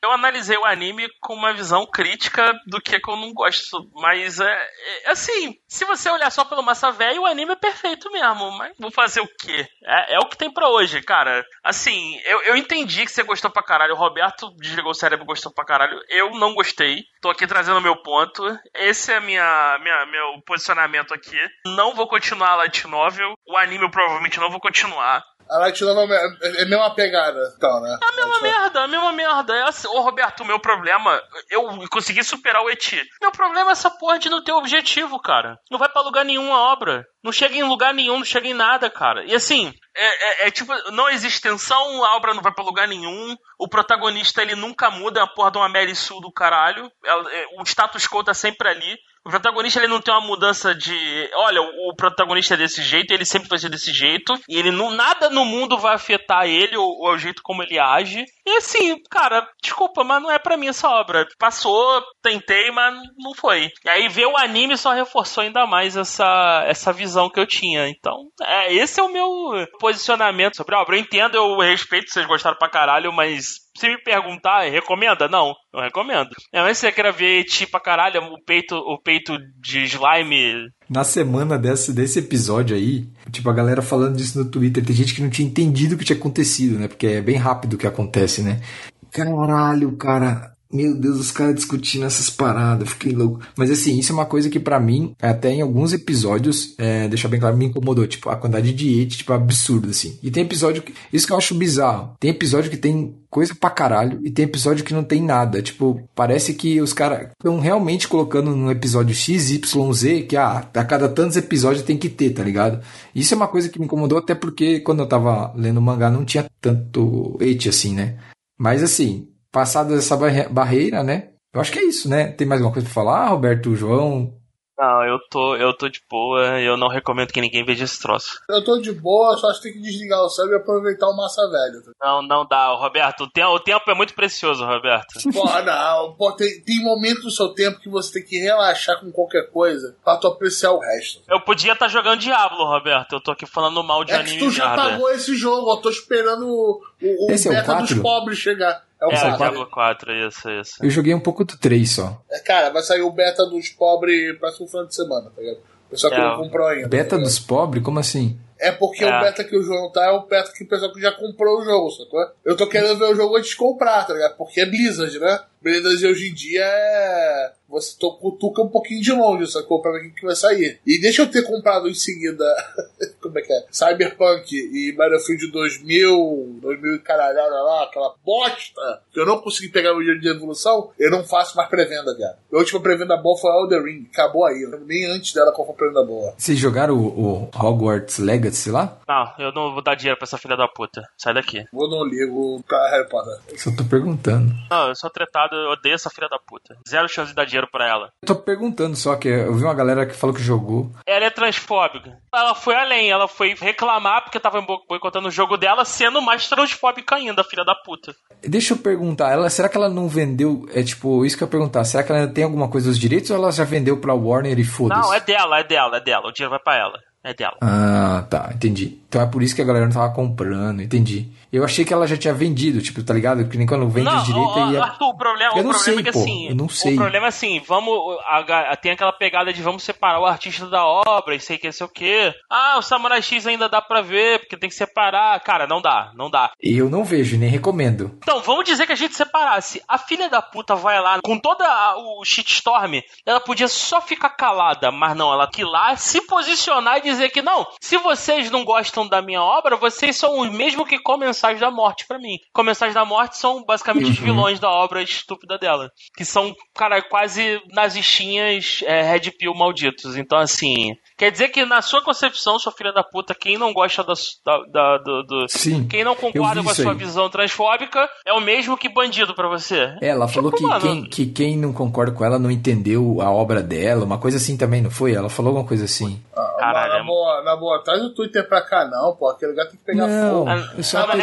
eu analisei o anime com uma visão crítica do que, que eu não gosto. Mas, é, é assim, se você olhar só pelo massa velho, o anime é perfeito mesmo. Mas vou fazer o quê? É, é o que tem pra hoje, cara. Assim, eu, eu entendi que você gostou pra caralho. O Roberto desligou o cérebro e gostou pra caralho. Eu não gostei. Tô aqui trazendo o meu ponto. Esse é minha, minha, meu posicionamento aqui. Não vou continuar a Light Novel. O anime eu provavelmente não vou continuar.
A Light Novel é a mesma pegada, então, né?
É a mesma merda, a mesma merda. É assim, ô Roberto, o meu problema, eu consegui superar o Eti. Meu problema é essa porra de não ter objetivo, cara. Não vai pra lugar nenhum a obra. Não chega em lugar nenhum, não chega em nada, cara. E assim, é, é, é tipo, não existe tensão, a obra não vai pra lugar nenhum. O protagonista, ele nunca muda, é a porra de uma Mary Sue do caralho. O status quo tá sempre ali. O protagonista, ele não tem uma mudança de... Olha, o, o protagonista é desse jeito, ele sempre vai ser desse jeito. E ele não, nada no mundo vai afetar ele ou, ou o jeito como ele age. E assim, cara, desculpa, mas não é pra mim essa obra. Passou, tentei, mas não foi. E aí ver o anime só reforçou ainda mais essa, essa visão que eu tinha. Então, é, esse é o meu posicionamento sobre a obra. Eu entendo, eu respeito, vocês gostaram pra caralho, mas... Se me perguntar, recomenda? Não, não recomendo. É, mas se você quer ver tipo pra caralho, o peito, o peito de slime...
Na semana desse, desse episódio aí, tipo, a galera falando disso no Twitter, tem gente que não tinha entendido o que tinha acontecido, né? Porque é bem rápido o que acontece, né? Caralho, cara... Meu Deus, os caras discutindo essas paradas, fiquei louco. Mas assim, isso é uma coisa que pra mim, até em alguns episódios, é, deixa bem claro, me incomodou. Tipo, a quantidade de hate, tipo, absurda, assim. E tem episódio que... Isso que eu acho bizarro. Tem episódio que tem coisa pra caralho e tem episódio que não tem nada. Tipo, parece que os caras estão realmente colocando no episódio X Y Z que, ah, a cada tantos episódios tem que ter, tá ligado? Isso é uma coisa que me incomodou, até porque quando eu tava lendo o mangá não tinha tanto hate assim, né? Mas assim... Passada essa barreira, né? Eu acho que é isso, né? Tem mais alguma coisa pra falar, Roberto, João?
Não, eu tô, eu tô de boa, eu não recomendo que ninguém veja esse troço.
Eu tô de boa, só acho que tem que desligar o cérebro e aproveitar o massa velho.
Não, não dá, Roberto. O, te- o tempo é muito precioso, Roberto.
Porra, não. Pô, tem, tem momentos do seu tempo que você tem que relaxar com qualquer coisa pra tu apreciar o resto.
Eu podia estar tá jogando Diablo, Roberto. Eu tô aqui falando mal de
é
anime.
É que tu já
merda.
pagou esse jogo, eu tô esperando o, o, o
esse
beta
é o
dos pobres chegar. É o
É,
quatro.
o Diablo quatro, isso, isso.
Eu joguei um pouco do três só.
É, cara, vai sair o beta dos pobres próximo final de semana, tá ligado? O pessoal que
É,
não comprou ainda.
Beta
tá
dos pobres? Como assim?
É porque
É.
o beta que o João tá é o beta que o pessoal que já comprou o jogo, sacou? Eu tô querendo ver o jogo antes de comprar, tá ligado? Porque é Blizzard, né? Blizzard hoje em dia é... Você to- cutuca um pouquinho de longe, sacou? Pra ver o que, que vai sair. E deixa eu ter comprado em seguida... Como é que é? Cyberpunk e Battlefield dois mil, dois mil e caralhada lá, aquela bosta que eu não consegui pegar no dia de evolução, eu não faço mais pré-venda, viado. A última pré-venda boa foi a Elden Ring. Acabou aí. Eu não lembro nem antes dela qual foi a pré-venda boa.
Vocês jogaram o, o Hogwarts Legacy lá?
Não, eu não vou dar dinheiro pra essa filha da puta. Sai daqui.
Vou não ligo pra Harry Potter.
Só tô perguntando.
Não, eu sou tretado, eu odeio essa filha da puta. Zero chance de dar dinheiro pra ela.
Eu tô perguntando só, que eu vi uma galera que falou que jogou.
Ela é transfóbica. Ela foi além, ela foi reclamar porque tava boicotando o jogo dela, sendo mais transfóbica ainda, filha da puta.
Deixa eu perguntar, ela, será que ela não vendeu? É tipo, isso que eu ia perguntar. Será que ela ainda tem alguma coisa dos direitos ou ela já vendeu pra Warner e foda-se?
Não, é dela, é dela, é dela. O dinheiro vai pra ela. É dela.
Ah, tá, entendi. Então é por isso que a galera não tava comprando, entendi. Eu achei que ela já tinha vendido, tipo, tá ligado? Que nem quando vende
Não,
os direitos
ó,
ia...
Arthur, o problema,
Eu
o
não
problema
sei,
é que
pô,
assim,
eu não sei.
o problema é assim, vamos, a, a, tem aquela pegada de vamos separar o artista da obra, e sei que sei o quê. Ah, o Samurai X ainda dá pra ver, porque tem que separar. Cara, não dá, não dá.
Eu não vejo, nem recomendo.
Então, vamos dizer que a gente separasse. A filha da puta vai lá, com toda a, o shitstorm, ela podia só ficar calada, mas não, ela que ir lá se posicionar e dizer que não, se vocês não gostam da minha obra, vocês são os mesmos que Comensais da Morte pra mim. Comensais da Morte são basicamente
Uhum.
os vilões da obra estúpida dela. Que são, cara, quase nazistinhas é, Red Pill malditos. Então, assim... Quer dizer que na sua concepção, sua filha da puta, quem não gosta da, da, da, do, do...
Sim,
Quem não concorda
eu vi
com a
isso
sua
aí.
visão transfóbica é o mesmo que bandido pra você.
É, ela falou
Tipo,
que,
mano,
quem, que quem não concorda com ela não entendeu a obra dela, uma coisa assim também, não foi? Ela falou alguma coisa assim.
Ah,
Caralho,
na,
é-
boa, na boa, traz o Twitter pra cá não, pô. Aquele lugar tem que pegar
Não,
fogo.
eu só
Ah, mas
tô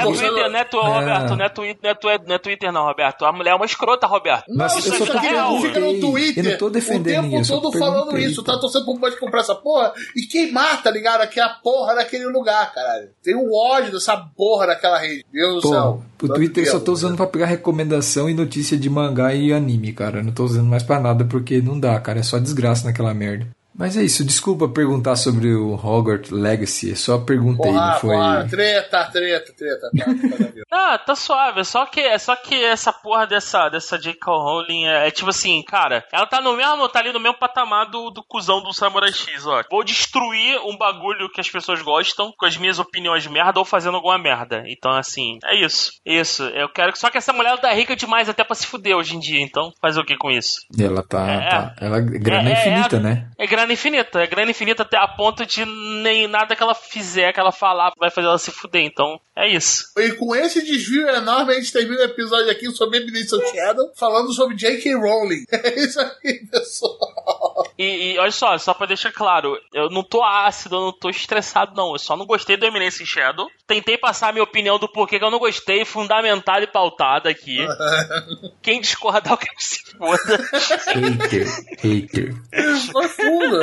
é Twitter, não é tu, Roberto, não é Twitter, não é, tu, não é Twitter não, Roberto. A mulher é uma escrota, Roberto.
Não,
Nossa,
isso
eu só tô
é real. Fica no Twitter
eu não tô defendendo
o tempo
isso,
todo falando isso. Tá torcendo pro Bud comprar essa porra e queimar, tá ligado? Aqui é a porra daquele lugar, caralho. Tem um ódio dessa porra daquela rede. Deus do céu.
O Twitter eu só tô usando pra pegar recomendação e notícia de mangá e anime, cara. Eu não tô usando mais pra nada porque não dá, cara. É só desgraça naquela merda. Mas é isso, desculpa perguntar sobre o Hogwarts Legacy, só perguntei,
porra,
não foi...
Porra, treta, treta, treta.
Ah, tá suave, só que, só que essa porra dessa, dessa J K. Rowling é, é tipo assim, cara, ela tá no mesmo, tá ali no mesmo patamar do, do cuzão do Samurai X, ó. Vou destruir um bagulho que as pessoas gostam, com as minhas opiniões merda ou fazendo alguma merda. Então, assim, é isso, isso. Eu quero que, só que essa mulher tá rica demais até pra se fuder hoje em dia, então fazer o que com isso?
E ela tá,
é,
tá ela, grana
é,
infinita,
é,
né?
É grana infinita, é grana infinita até a ponto de nem nada que ela fizer, que ela falar, vai fazer ela se fuder, então é isso.
E com esse desvio enorme, a gente termina o episódio aqui sobre Eminence Shadow, falando sobre J K. Rowling. É isso aí, pessoal.
E, e olha só, só pra deixar claro, eu não tô ácido, eu não tô estressado, não. Eu só não gostei do Eminence Shadow. Tentei passar a minha opinião do porquê que eu não gostei, fundamentada e pautada aqui. Quem discordar, o que se foda.
Hater, hater.
Foi fundo.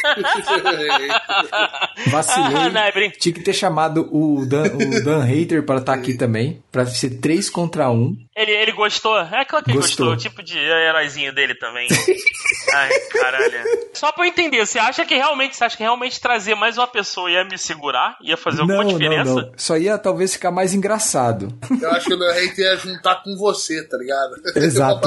Vacilei.
Ah, não, é brin-
Tinha que ter chamado o Dan, o Dan Hater para estar aqui também, pra ser três contra um.
Ele, ele gostou? É claro que ele
Gostou.
gostou. O tipo de heróizinho dele também. Ai, caralho. Só pra eu entender, você acha que realmente, você acha que realmente trazer mais uma pessoa ia me segurar? Ia fazer alguma
Não,
diferença?
não, não. Só ia talvez ficar mais engraçado.
Eu acho que o meu hater ia juntar com você, tá ligado?
Exato.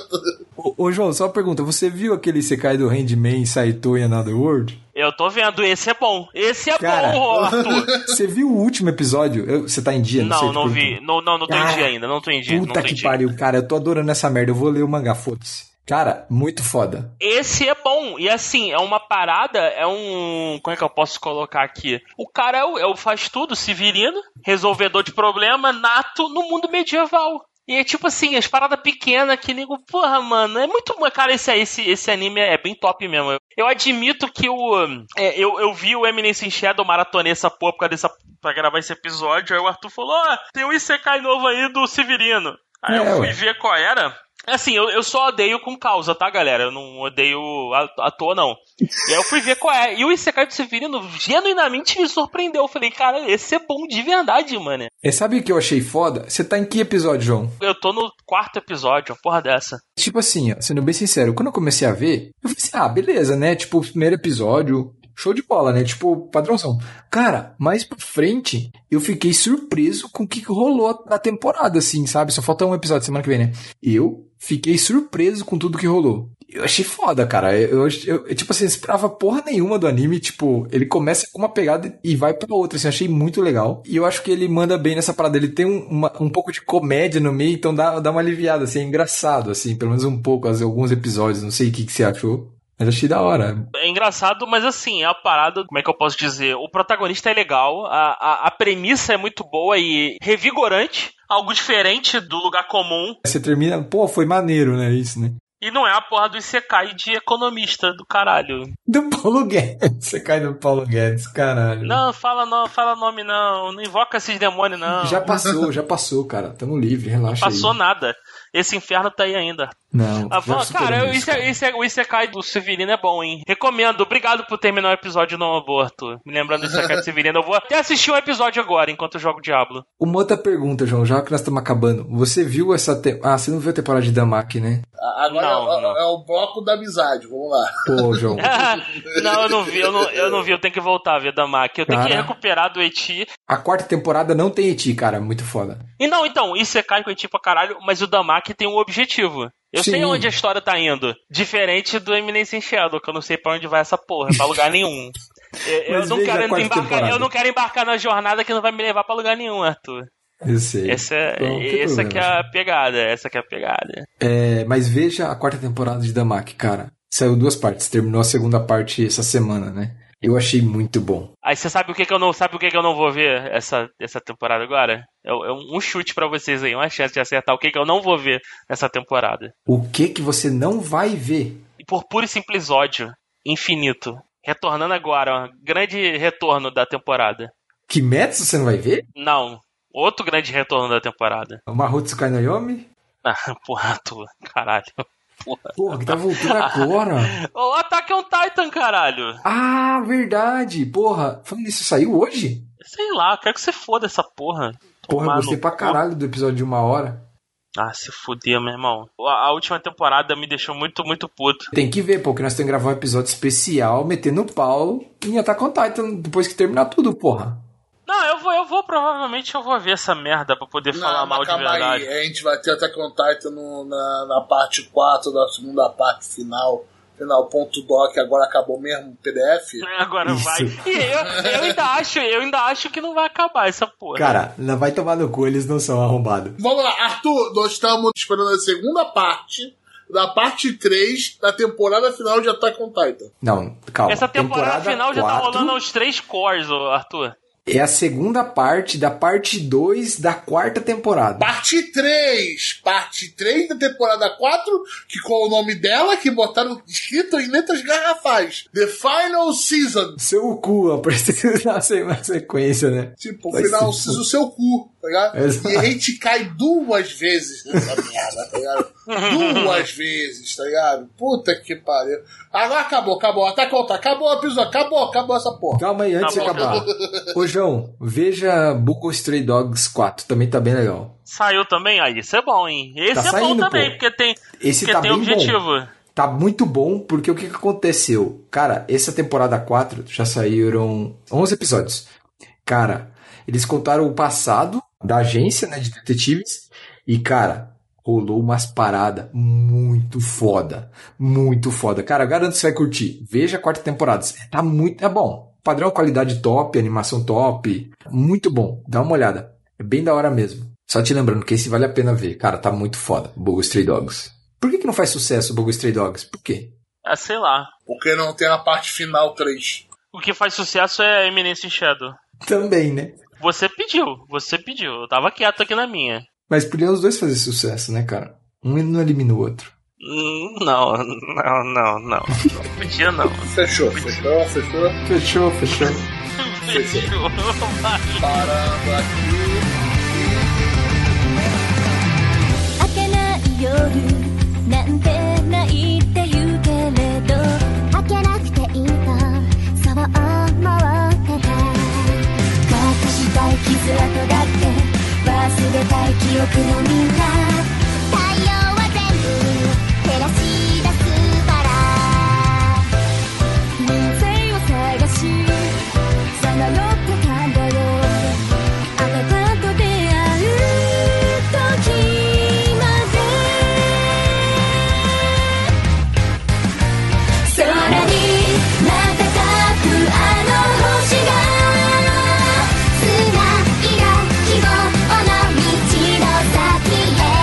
Ô, ô, João, só uma pergunta. Você viu aquele Sekai do Handman Saito em Another World?
Eu tô vendo, esse é bom. Esse é
Cara,
bom, Arthur.
Você viu o último episódio? Eu- você tá em dia? Não, sei
Não,
te
não
perguntar.
vi. Não, não, não tô em
Ah,
dia ainda. Não tô em dia. não
Puta
tô em
que
dia.
pariu, cara. Eu tô adorando essa merda. Eu vou ler o mangá, foda-se. Cara, muito foda.
Esse é bom. E assim, é uma parada, é um... Como é que eu posso colocar aqui? O cara é o, é o faz tudo, Severino, resolvedor de problema, nato no mundo medieval. E é tipo assim, as paradas pequenas que nego, porra, mano, é muito bom. Cara, esse, esse, esse anime é bem top mesmo. Eu admito que o. É, eu, eu vi o Eminence Shadow, maratonei essa porra por causa dessa, pra gravar esse episódio. Aí o Arthur falou: ó, oh, tem um Isekai novo aí do Severino. Aí
É,
eu fui
ué.
ver qual era. Assim, eu, eu só odeio com causa, tá, galera? Eu não odeio à, à toa, não. E aí eu fui ver qual é. E o Isekai do Severino genuinamente me surpreendeu. Eu falei, cara, esse é bom de verdade, mano.
E sabe o que eu achei foda? Você tá em que episódio, João?
Eu tô no quarto episódio, uma porra dessa.
Tipo assim, ó, sendo bem sincero, quando eu comecei a ver, eu falei assim, ah, beleza, né? Tipo, o primeiro episódio, show de bola, né? Tipo, padrãozão. Cara, mais pra frente, eu fiquei surpreso com o que que rolou na temporada, assim, sabe? Só falta um episódio semana que vem, né? Eu fiquei surpreso com tudo que rolou. Eu achei foda, cara. Eu, eu, eu tipo assim, não esperava porra nenhuma do anime. Tipo, ele começa com uma pegada e vai pra outra, assim. Eu achei muito legal. E eu acho que ele manda bem nessa parada. Ele tem um, uma, um pouco de comédia no meio, então dá, dá uma aliviada, assim. É engraçado, assim. Pelo menos um pouco, assim, alguns episódios. Não sei o que, que você achou. Mas achei da hora.
É engraçado, mas assim, é a parada, como é que eu posso dizer? O protagonista é legal, a, a, a premissa é muito boa e revigorante, algo diferente do lugar comum.
Você termina, pô, foi maneiro, né? Isso, né?
E não é a porra do Isekai de economista do caralho.
Do Paulo Guedes. Você cai do Paulo Guedes, caralho.
Não, fala, não, fala nome não, não invoca esses demônios não.
Já passou, já passou, cara. Tamo livre, relaxa
Não passou
aí.
nada. Esse inferno tá aí ainda.
Não,
Ah,
já
cara,
superamos
isso,
isso,
é- isso é- o Isekai do Severino é bom, hein? Recomendo. Obrigado por terminar o episódio no aborto. Me lembrando do Isekai do Severino. Eu vou até assistir um episódio agora, enquanto eu jogo Diablo.
Uma outra pergunta, João, já que nós estamos acabando. Você viu essa... Te... Ah, você não viu a temporada de Damaki, né?
Agora
Não,
é,
não.
é o bloco da amizade, vamos lá.
Pô, João.
Não, eu não vi, eu não, eu não vi. Eu tenho que voltar a ver Damaki. Eu tenho que
Cara.
recuperar do Eti.
A quarta temporada não tem Eti, cara. Muito foda.
E não, então, Isekai com Eti pra caralho, mas o Damaki tem um objetivo. Eu
Sim.
sei onde a história tá indo. Diferente do Eminence Shadow, que eu não sei pra onde vai essa porra, pra lugar nenhum. Eu, eu
Mas
não
veja
quero
a quarta
embarcar,
temporada.
eu não quero embarcar na jornada que não vai me levar pra lugar nenhum, Arthur.
Eu sei.
Essa, é-
Então, não tem
essa
problema,
que é a pegada, essa que é a pegada.
É, mas veja a quarta temporada de Damaki, cara. Saiu duas partes. Terminou a segunda parte essa semana, né? Eu achei muito bom.
Aí você sabe o que que eu não, sabe o que que eu não vou ver essa, essa temporada agora? É, é um chute pra vocês aí, uma chance de acertar o que que eu não vou ver nessa temporada.
O que que você não vai ver?
E por puro e simples ódio, infinito. Retornando agora, ó, grande retorno da temporada.
Kimetsu você não vai ver?
Não, Outro grande retorno da temporada.
O Mahotsukai no Yomi?
Ah, porra, tu, caralho. Porra.
Porra, que tá voltando agora.
O Attack on Titan, caralho.
Ah, verdade. Porra, falando isso, saiu hoje?
Sei lá, quero que você foda essa porra.
Porra,
Tomar
eu gostei
no
pra
cu.
caralho do episódio de uma hora.
Ah, se fuder, meu irmão. A, a última temporada me deixou muito, muito puto.
Tem que ver, pô, que nós temos que gravar um episódio especial metendo pau em Attack on Titan depois que terminar tudo, porra.
Não, eu vou, eu vou, provavelmente eu vou ver essa merda pra poder falar
Não,
mal
mas
de
calma
verdade.
aí, a gente vai ter Attack on Titan no, na, na parte quatro da segunda parte final. Final ponto doc, agora acabou mesmo o P D F.
Agora
Isso.
vai. E eu, eu ainda acho, eu ainda acho que não vai acabar essa porra.
Cara, não vai tomar no cu, eles não são arrombados.
Vamos lá, Arthur, nós estamos esperando a segunda parte da parte três da temporada final de Attack on Titan.
Não, calma.
Essa temporada, final já tá
quatro
rolando aos três cores, ô, Arthur.
É a segunda parte da parte dois da quarta temporada.
Parte três! Parte três da temporada quatro, que com o nome dela, que botaram escrito em letras garrafais. The Final Season.
Seu cu, ó, precisa dar uma sequência, né?
Tipo, o
Vai
final
ser-
season, seu cu, tá ligado?
Exato.
E a gente cai duas vezes nessa merda, tá ligado? Duas vezes, tá ligado? Puta que pariu. Agora acabou, acabou. Attack on Titan, acabou o episódio, acabou, acabou essa porra.
Calma aí, antes
Tá
de
bom.
acabar. Ô, João, veja Bungo Stray Dogs quatro, também tá bem legal.
Saiu também? Aí, esse é bom, hein? Esse
Tá
é
saindo,
bom também,
pô.
porque tem,
Esse
porque
tá
tem
bem
objetivo.
bom. Tá muito bom, porque o que, que aconteceu? Cara, essa temporada quatro já saíram onze episódios. Cara, eles contaram o passado da agência, né, de detetives. E, cara, rolou umas paradas muito foda. Muito foda. Cara, eu garanto que você vai curtir. Veja a quarta temporada. Tá muito... É bom. Padrão, qualidade top, animação top. Muito bom. Dá uma olhada. É bem da hora mesmo. Só te lembrando que esse vale a pena ver. Cara, tá muito foda. Bungo Stray Dogs. Por que que não faz sucesso o Bungo Stray Dogs? Por quê?
Ah, sei lá.
Porque não tem a parte final três.
O que faz sucesso é Eminence in Shadow.
Também, né?
Você pediu, você pediu. Eu tava quieto aqui na minha.
Mas podiam os dois fazer sucesso, né, cara? Um não elimina o outro.
Hum, Não, não, não, não. Não podia, não.
Fechou, fechou, fechou.
Fechou, fechou.
Fechou. Vai.
Parando aqui.
明けない夜なんてないって言うけれど明けなくていいとそう思ってた隠したい傷跡だって忘れたい記憶のみんな太陽は全部照らし出すから人生を探しさまよってたんだよあなたと出会う時まで空に瞬くあの星が繋いだ希望の道の先へ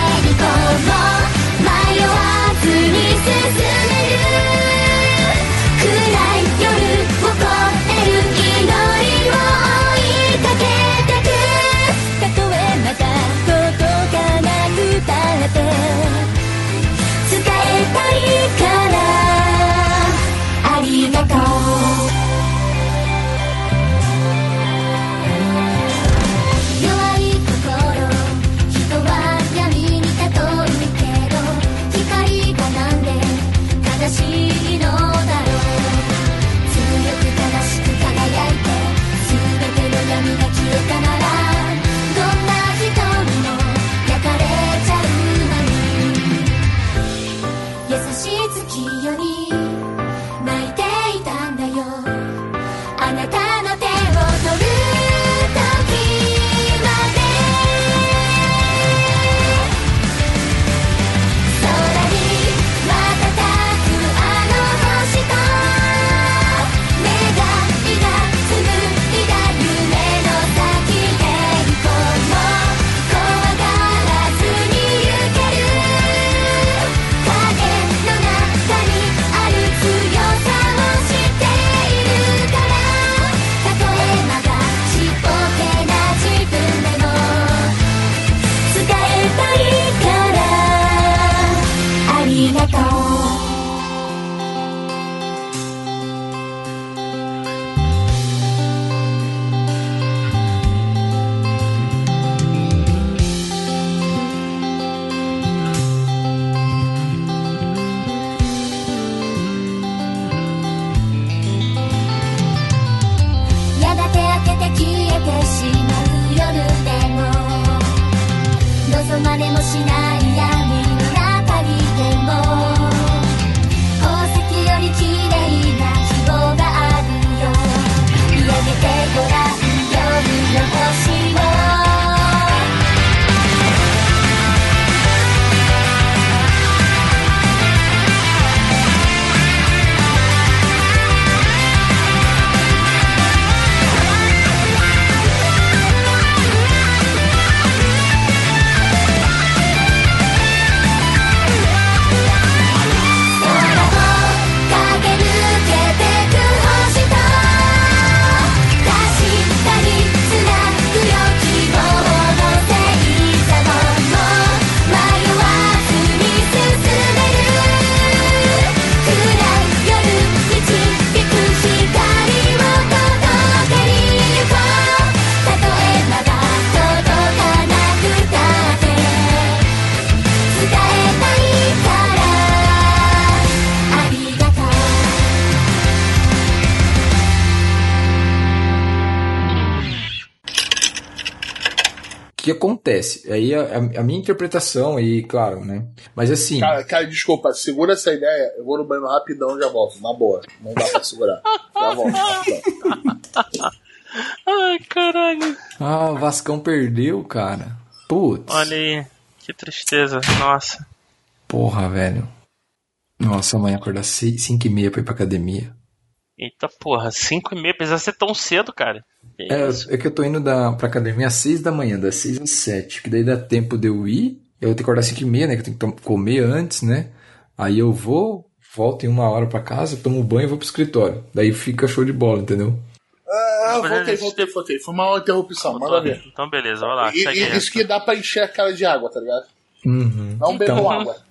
que acontece? Aí a, a minha interpretação aí, claro, né? Mas assim...
Cara, cara, desculpa, segura essa ideia. Eu vou no banho rapidão e já volto. Na boa. Não dá pra segurar. Já volto. Rapidão.
Ai, caralho.
Ah, o Vascão perdeu, cara. Putz.
Olha aí. Que tristeza. Nossa.
Porra, velho. Nossa, amanhã acordar cinco e meia pra ir pra academia.
Eita porra, cinco e meia, precisa ser tão cedo, cara. Que
É,
isso?
é que eu tô indo da, pra academia às seis da manhã, das seis às sete. Que daí dá tempo de eu ir. Eu vou ter que acordar cinco e meia, né? Que eu tenho que tom- comer antes, né? Aí eu vou, volto em uma hora pra casa, tomo banho e vou pro escritório. Daí fica show de bola, entendeu?
Ah,
Mas
voltei,
esse-
voltei, voltei. Foi uma interrupção, manda ver.
Então beleza, vai lá.
E-
segue
e-
essa.
isso que dá pra encher a cara de água, tá ligado?
Uhum.
Não bebam
Então,
água.